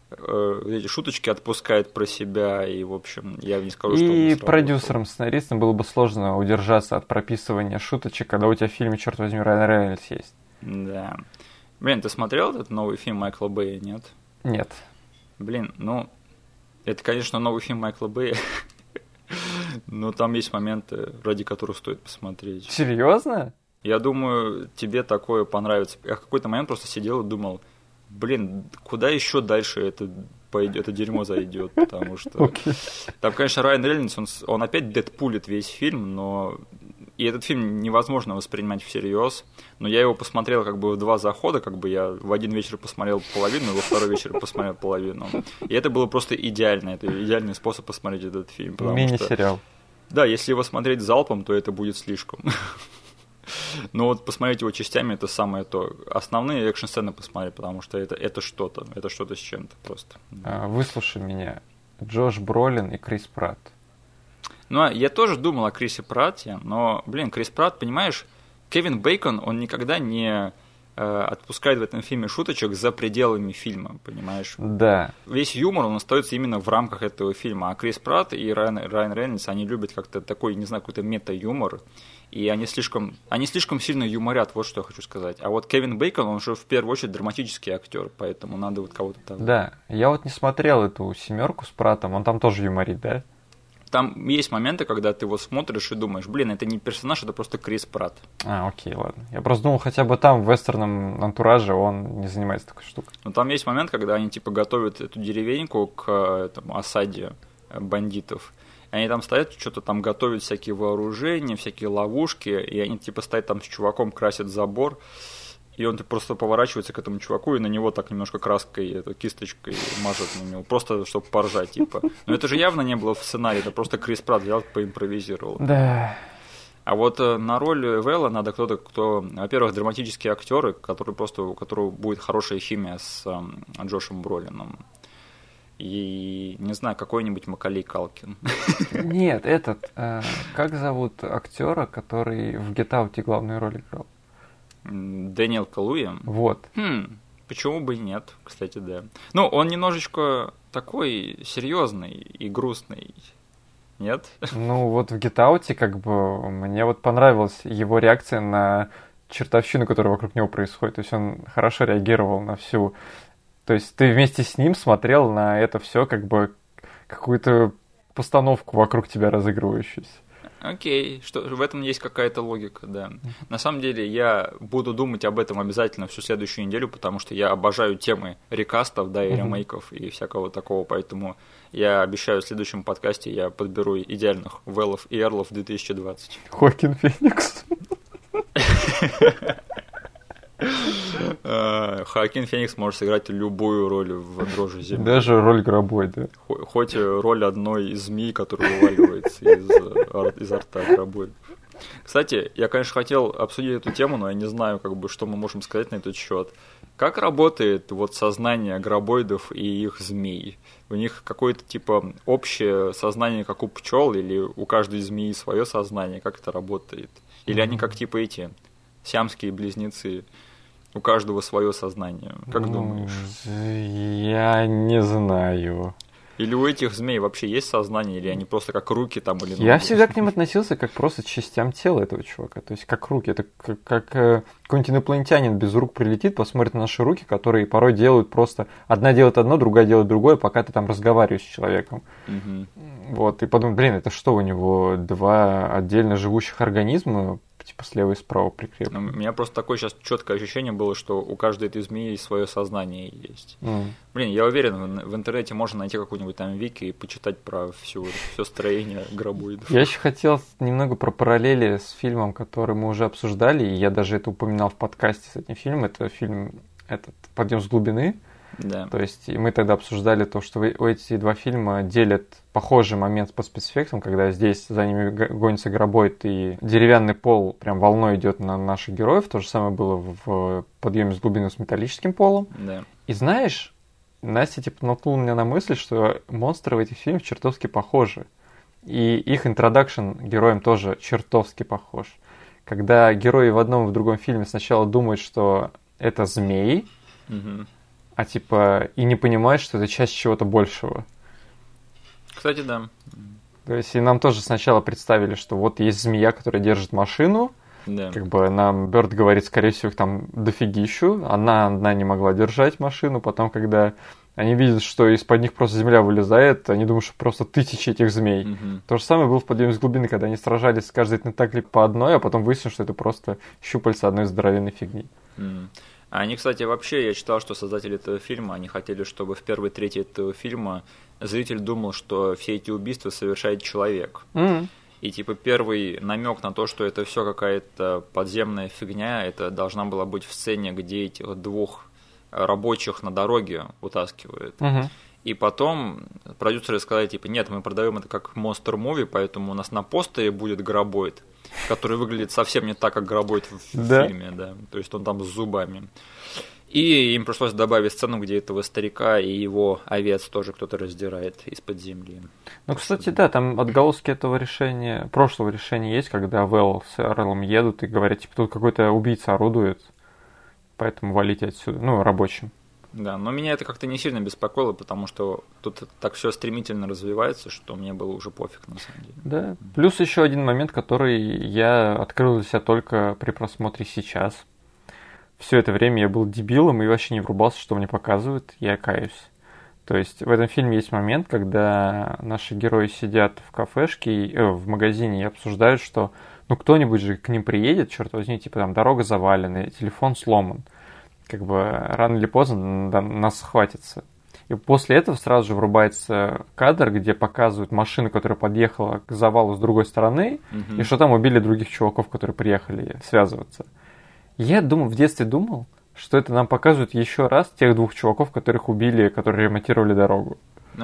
эти шуточки отпускает про себя, и, в общем, я не скажу, что он не сработал. И продюсерам, сценаристам было бы сложно удержаться от прописывания шуточек, когда у тебя в фильме, черт возьми, Райан Рейнольдс есть. Да. Блин, ты смотрел этот новый фильм Майкла Бэя, нет? Нет. Блин, ну, это, конечно, новый фильм Майкла Бэя, но там есть моменты, ради которых стоит посмотреть. Серьезно? Я думаю, тебе такое понравится. Я в какой-то момент просто сидел и думал, блин, куда еще дальше это дерьмо зайдет, потому что там, конечно, Райан Рейнольдс, он опять дэдпулит весь фильм, но и этот фильм невозможно воспринимать всерьез, но я его посмотрел как бы в 2 захода, как бы я в один вечер посмотрел половину, во второй вечер посмотрел половину, и это было просто идеально, это идеальный способ посмотреть этот фильм. Мини-сериал. Да, если его смотреть залпом, то это будет слишком. Но вот посмотреть его частями это самое то. Основные экшн-сцены посмотреть, потому что это что-то с чем-то просто. Выслушай меня. Джош Бролин и Крис Пратт. Ну, я тоже думал о Крисе Пратте, но, блин, Крис Пратт, понимаешь, Кевин Бейкон, он никогда не отпускает в этом фильме шуточек за пределами фильма, понимаешь? Да. Весь юмор, он остается именно в рамках этого фильма. А Крис Пратт и Райан Рейнольдс, они любят как-то такой, не знаю, какой-то мета-юмор. И они слишком сильно юморят, вот что я хочу сказать. А вот Кевин Бейкон, он же в первую очередь драматический актер, поэтому надо вот кого-то там... Да, я вот не смотрел эту «Семерку» с Праттом, он там тоже юморит, да? Там есть моменты, когда ты вот смотришь и думаешь, блин, это не персонаж, это просто Крис Пратт. Окей, ладно. Я просто думал, хотя бы там в вестерном антураже он не занимается такой штукой. Но там есть момент, когда они типа готовят эту деревеньку к этому осаде бандитов. И они там стоят, что-то там готовят всякие вооружения, всякие ловушки, и они типа стоят там с чуваком, красят забор. И он просто поворачивается к этому чуваку и на него так немножко краской, кисточкой мажет на него, просто чтобы поржать, типа. Но это же явно не было в сценарии, это просто Крис Пратт взял, поимпровизировал. Да. А вот на роль Вэлла надо кто-то, кто, во-первых, драматические актеры, у которого будет хорошая химия с Джошем Бролином. И, не знаю, какой-нибудь Маколей Калкин. Нет, как зовут актера, который в Get Out главную роль играл? Дэниел Калуя. Вот. Почему бы и нет, кстати, да. Ну, он немножечко такой серьезный и грустный. Нет? Ну, вот в Get Out, как бы, мне вот понравилась его реакция на чертовщину, которая вокруг него происходит. То есть он хорошо реагировал на всю... То есть ты вместе с ним смотрел на это все, как бы, какую-то постановку вокруг тебя разыгрывающуюся. Окей, что в этом есть какая-то логика, да. На самом деле я буду думать об этом обязательно всю следующую неделю, потому что я обожаю темы рекастов, да, и ремейков и всякого такого, поэтому я обещаю в следующем подкасте я подберу идеальных Вэллов и Эрлов 2020. Хоакин Феникс. Хоакин Феникс может сыграть любую роль в «Дрожи земли». Даже роль Гробой, да. Хоть роль одной из змей, которая вываливается изо рта Гробой. Кстати, я, конечно, хотел обсудить эту тему, но я не знаю, как бы, что мы можем сказать на этот счет. Как работает вот сознание гробоидов и их змей? У них какое-то типа общее сознание, как у пчел, или у каждой змеи свое сознание? Как это работает? Или они как типа эти сиамские близнецы? У каждого свое сознание. Как думаешь? Я не знаю. Или у этих змей вообще есть сознание, или они просто как руки там или ноги? Я всегда к ним относился как просто к частям тела этого чувака. То есть как руки. Это как какой-нибудь инопланетянин без рук прилетит, посмотрит на наши руки, которые порой делают просто... Одна делает одно, другая делает другое, пока ты там разговариваешь с человеком. Вот, и подумать, блин, это что, у него два отдельно живущих организма, типа слева и справа прикреплены? У меня просто такое сейчас четкое ощущение было, что у каждой этой змеи свое сознание есть. Блин, я уверен, в интернете можно найти какую-нибудь там вики и почитать про все строение гробоидов. Я еще хотел немного про параллели с фильмом, который мы уже обсуждали, и я даже это упоминал в подкасте с этим фильмом. Это фильм «Подъем с глубины». Да. То есть и мы тогда обсуждали то, что эти два фильма делят похожий момент по спецэффектам, когда здесь за ними гонится гробоид, и деревянный пол прям волной идет на наших героев. То же самое было в «Подъеме с глубины» с металлическим полом. Да. И знаешь, Настя типа натолкнула меня на мысль, что монстры в этих фильмах чертовски похожи. И их интродакшн героям тоже чертовски похож. Когда герои в одном и в другом фильме сначала думают, что это змеи, а типа и не понимают, что это часть чего-то большего. Кстати, да. То есть и нам тоже сначала представили, что вот есть змея, которая держит машину. Да. Как бы нам Бёрд говорит, скорее всего, их там дофигищу. Она одна не могла держать машину. Потом, когда они видят, что из-под них просто земля вылезает, они думают, что просто тысячи этих змей. То же самое было в «Подъеме с глубины», когда они сражались с каждой тентаклей по одной, а потом выяснилось, что это просто щупальца одной здоровенной фигни. А они, кстати, вообще, я читал, что создатели этого фильма, они хотели, чтобы в первой трети этого фильма зритель думал, что все эти убийства совершает человек. И типа первый намек на то, что это все какая-то подземная фигня, это должна была быть в сцене, где этих двух рабочих на дороге утаскивают. И потом продюсеры сказали, типа, нет, мы продаем это как монстр-муви, поэтому у нас на постере будет гробоид, который выглядит совсем не так, как гробоид в фильме, да. То есть он там с зубами. И им пришлось добавить сцену, где этого старика и его овец тоже кто-то раздирает из-под земли. Ну, кстати, да, там отголоски этого решения, прошлого решения есть, когда Вэлл с Эрлом едут и говорят, типа, тут какой-то убийца орудует. поэтому валите отсюда, ну, рабочим. Да, но меня это как-то не сильно беспокоило, потому что тут так все стремительно развивается, что мне было уже пофиг на самом деле. Да. Плюс еще один момент, который я открыл для себя только при просмотре сейчас. Все это время я был дебилом и вообще не врубался, что мне показывают, я каюсь. То есть в этом фильме есть момент, когда наши герои сидят в кафешке, в магазине и обсуждают, что ну кто-нибудь же к ним приедет, черт возьми, типа там дорога завалена, телефон сломан. Как бы рано или поздно нас схватится. И после этого сразу же врубается кадр, где показывают машину, которая подъехала к завалу с другой стороны, и что там убили других чуваков, которые приехали связываться. Я в детстве думал, что это нам показывают еще раз тех двух чуваков, которых убили, которые ремонтировали дорогу.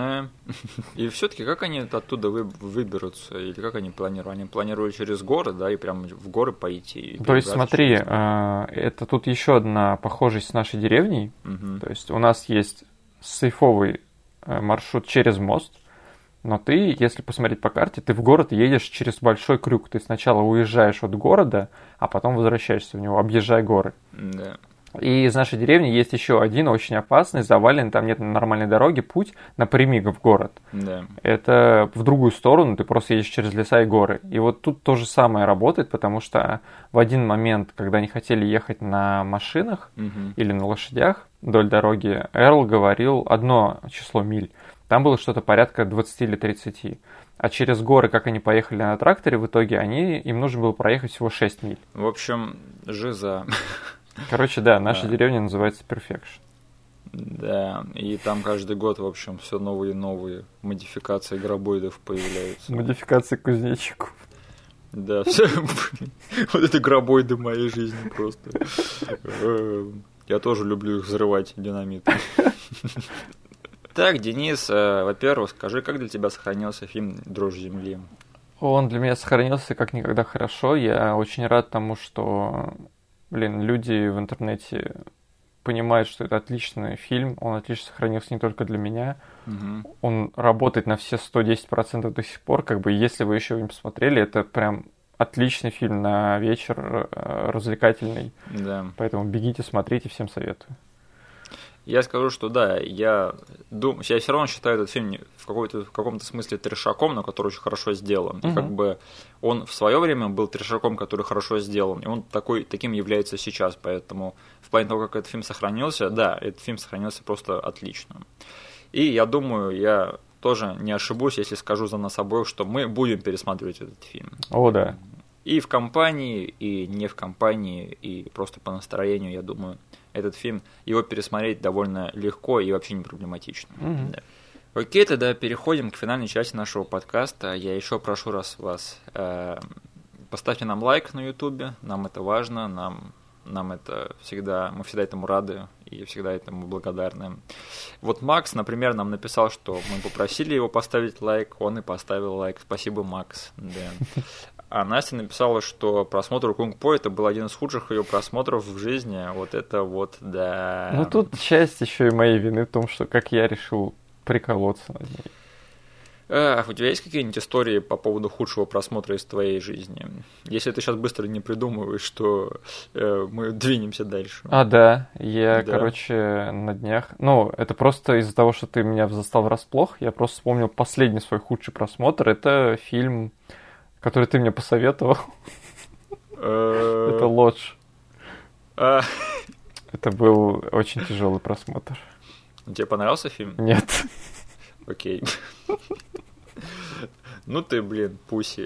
И все-таки как они оттуда выберутся? Или как они планируют? Они планировали через горы, да, и прямо в горы пойти? То есть смотри, это тут еще одна похожесть с нашей деревней. То есть у нас есть сейфовый маршрут через мост, но ты, если посмотреть по карте, ты в город едешь через большой крюк. Ты сначала уезжаешь от города, а потом возвращаешься в него, объезжая горы. Да. И из нашей деревни есть еще один очень опасный, заваленный, там нет нормальной дороги, путь напрямик в город. Да. Это в другую сторону, ты просто едешь через леса и горы. И вот тут то же самое работает, потому что в один момент, когда они хотели ехать на машинах или на лошадях вдоль дороги, Эрл говорил одно число миль. Там было что-то порядка 20 или 30. А через горы, как они поехали на тракторе, в итоге им нужно было проехать всего 6 миль. В общем, жиза. Короче, да, наша деревня называется Perfection. Да, и там каждый год, в общем, все новые и новые модификации грабоидов появляются. Модификации кузнечиков. Да, все. Вот это грабоиды моей жизни просто. Я тоже люблю их взрывать динамитом. Так, Денис, во-первых, скажи, как для тебя сохранился фильм «Дрожь земли»? Он для меня сохранился как никогда хорошо. Я очень рад тому, что, люди в интернете понимают, что это отличный фильм. Он отлично сохранился не только для меня. Он работает на все 110% до сих пор. Как бы, если вы еще его не посмотрели, это прям отличный фильм на вечер, развлекательный. Да. Поэтому бегите, смотрите, всем советую. Я скажу, что да, я все равно считаю этот фильм в каком-то смысле трешаком, но который очень хорошо сделан. И как бы он в свое время был трешаком, который хорошо сделан, и он таким является сейчас. Поэтому в плане того, как этот фильм сохранился, да, этот фильм сохранился просто отлично. И я думаю, я тоже не ошибусь, если скажу за нас обоих, что мы будем пересматривать этот фильм. О, да. И в компании, и не в компании, и просто по настроению, я думаю, этот фильм, его пересмотреть довольно легко и вообще не проблематично. Да. Окей, тогда переходим к финальной части нашего подкаста. Я еще прошу вас, поставьте нам лайк на ютубе, нам это важно, нам это всегда, мы всегда этому рады и всегда этому благодарны. Вот Макс, например, нам написал, что мы попросили его поставить лайк, он и поставил лайк. Спасибо, Макс. Да. А Настя написала, что просмотр Кунг-По это был один из худших ее просмотров в жизни. Вот это вот, да. Ну тут часть еще и моей вины в том, что как я решил приколоться над ней. У тебя есть какие-нибудь истории по поводу худшего просмотра из твоей жизни? Если ты сейчас быстро не придумываешь, что мы двинемся дальше. Да. Короче, на днях... это просто из-за того, что ты меня застал врасплох. Я просто вспомнил последний свой худший просмотр. Это фильм, который ты мне посоветовал. Это «Лодж». Это был очень тяжелый просмотр. Тебе понравился фильм? Нет. Окей. Ну ты, пуси.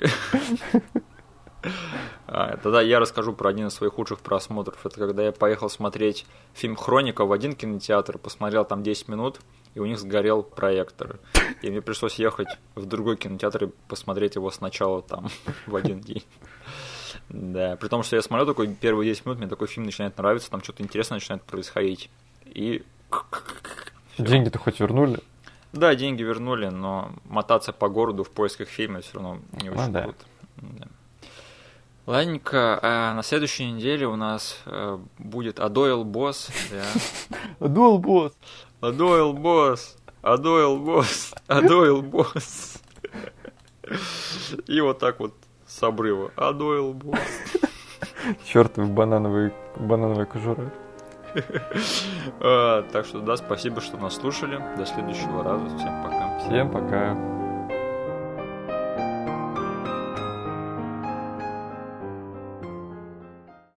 Тогда я расскажу про один из своих худших просмотров. Это когда я поехал смотреть фильм «Хроника» в один кинотеатр, посмотрел там 10 минут, и у них сгорел проектор. И мне пришлось ехать в другой кинотеатр и посмотреть его сначала там в один день. Да, при том, что я смотрю такой первые 10 минут, мне такой фильм начинает нравиться, там что-то интересное начинает происходить. И... Деньги-то хоть вернули? Да, деньги вернули, но мотаться по городу в поисках фильма все равно не очень круто. Да. Ладненько, на следующей неделе у нас будет Адойл Босс. Адойл Босс. Адойл Босс. Адойл Босс. Адойл Босс. И вот так вот с обрыва. Адойл Босс. Чёртовы банановые кожуры. Так что, да, спасибо, что нас слушали. До следующего раза. Всем пока. Всем пока.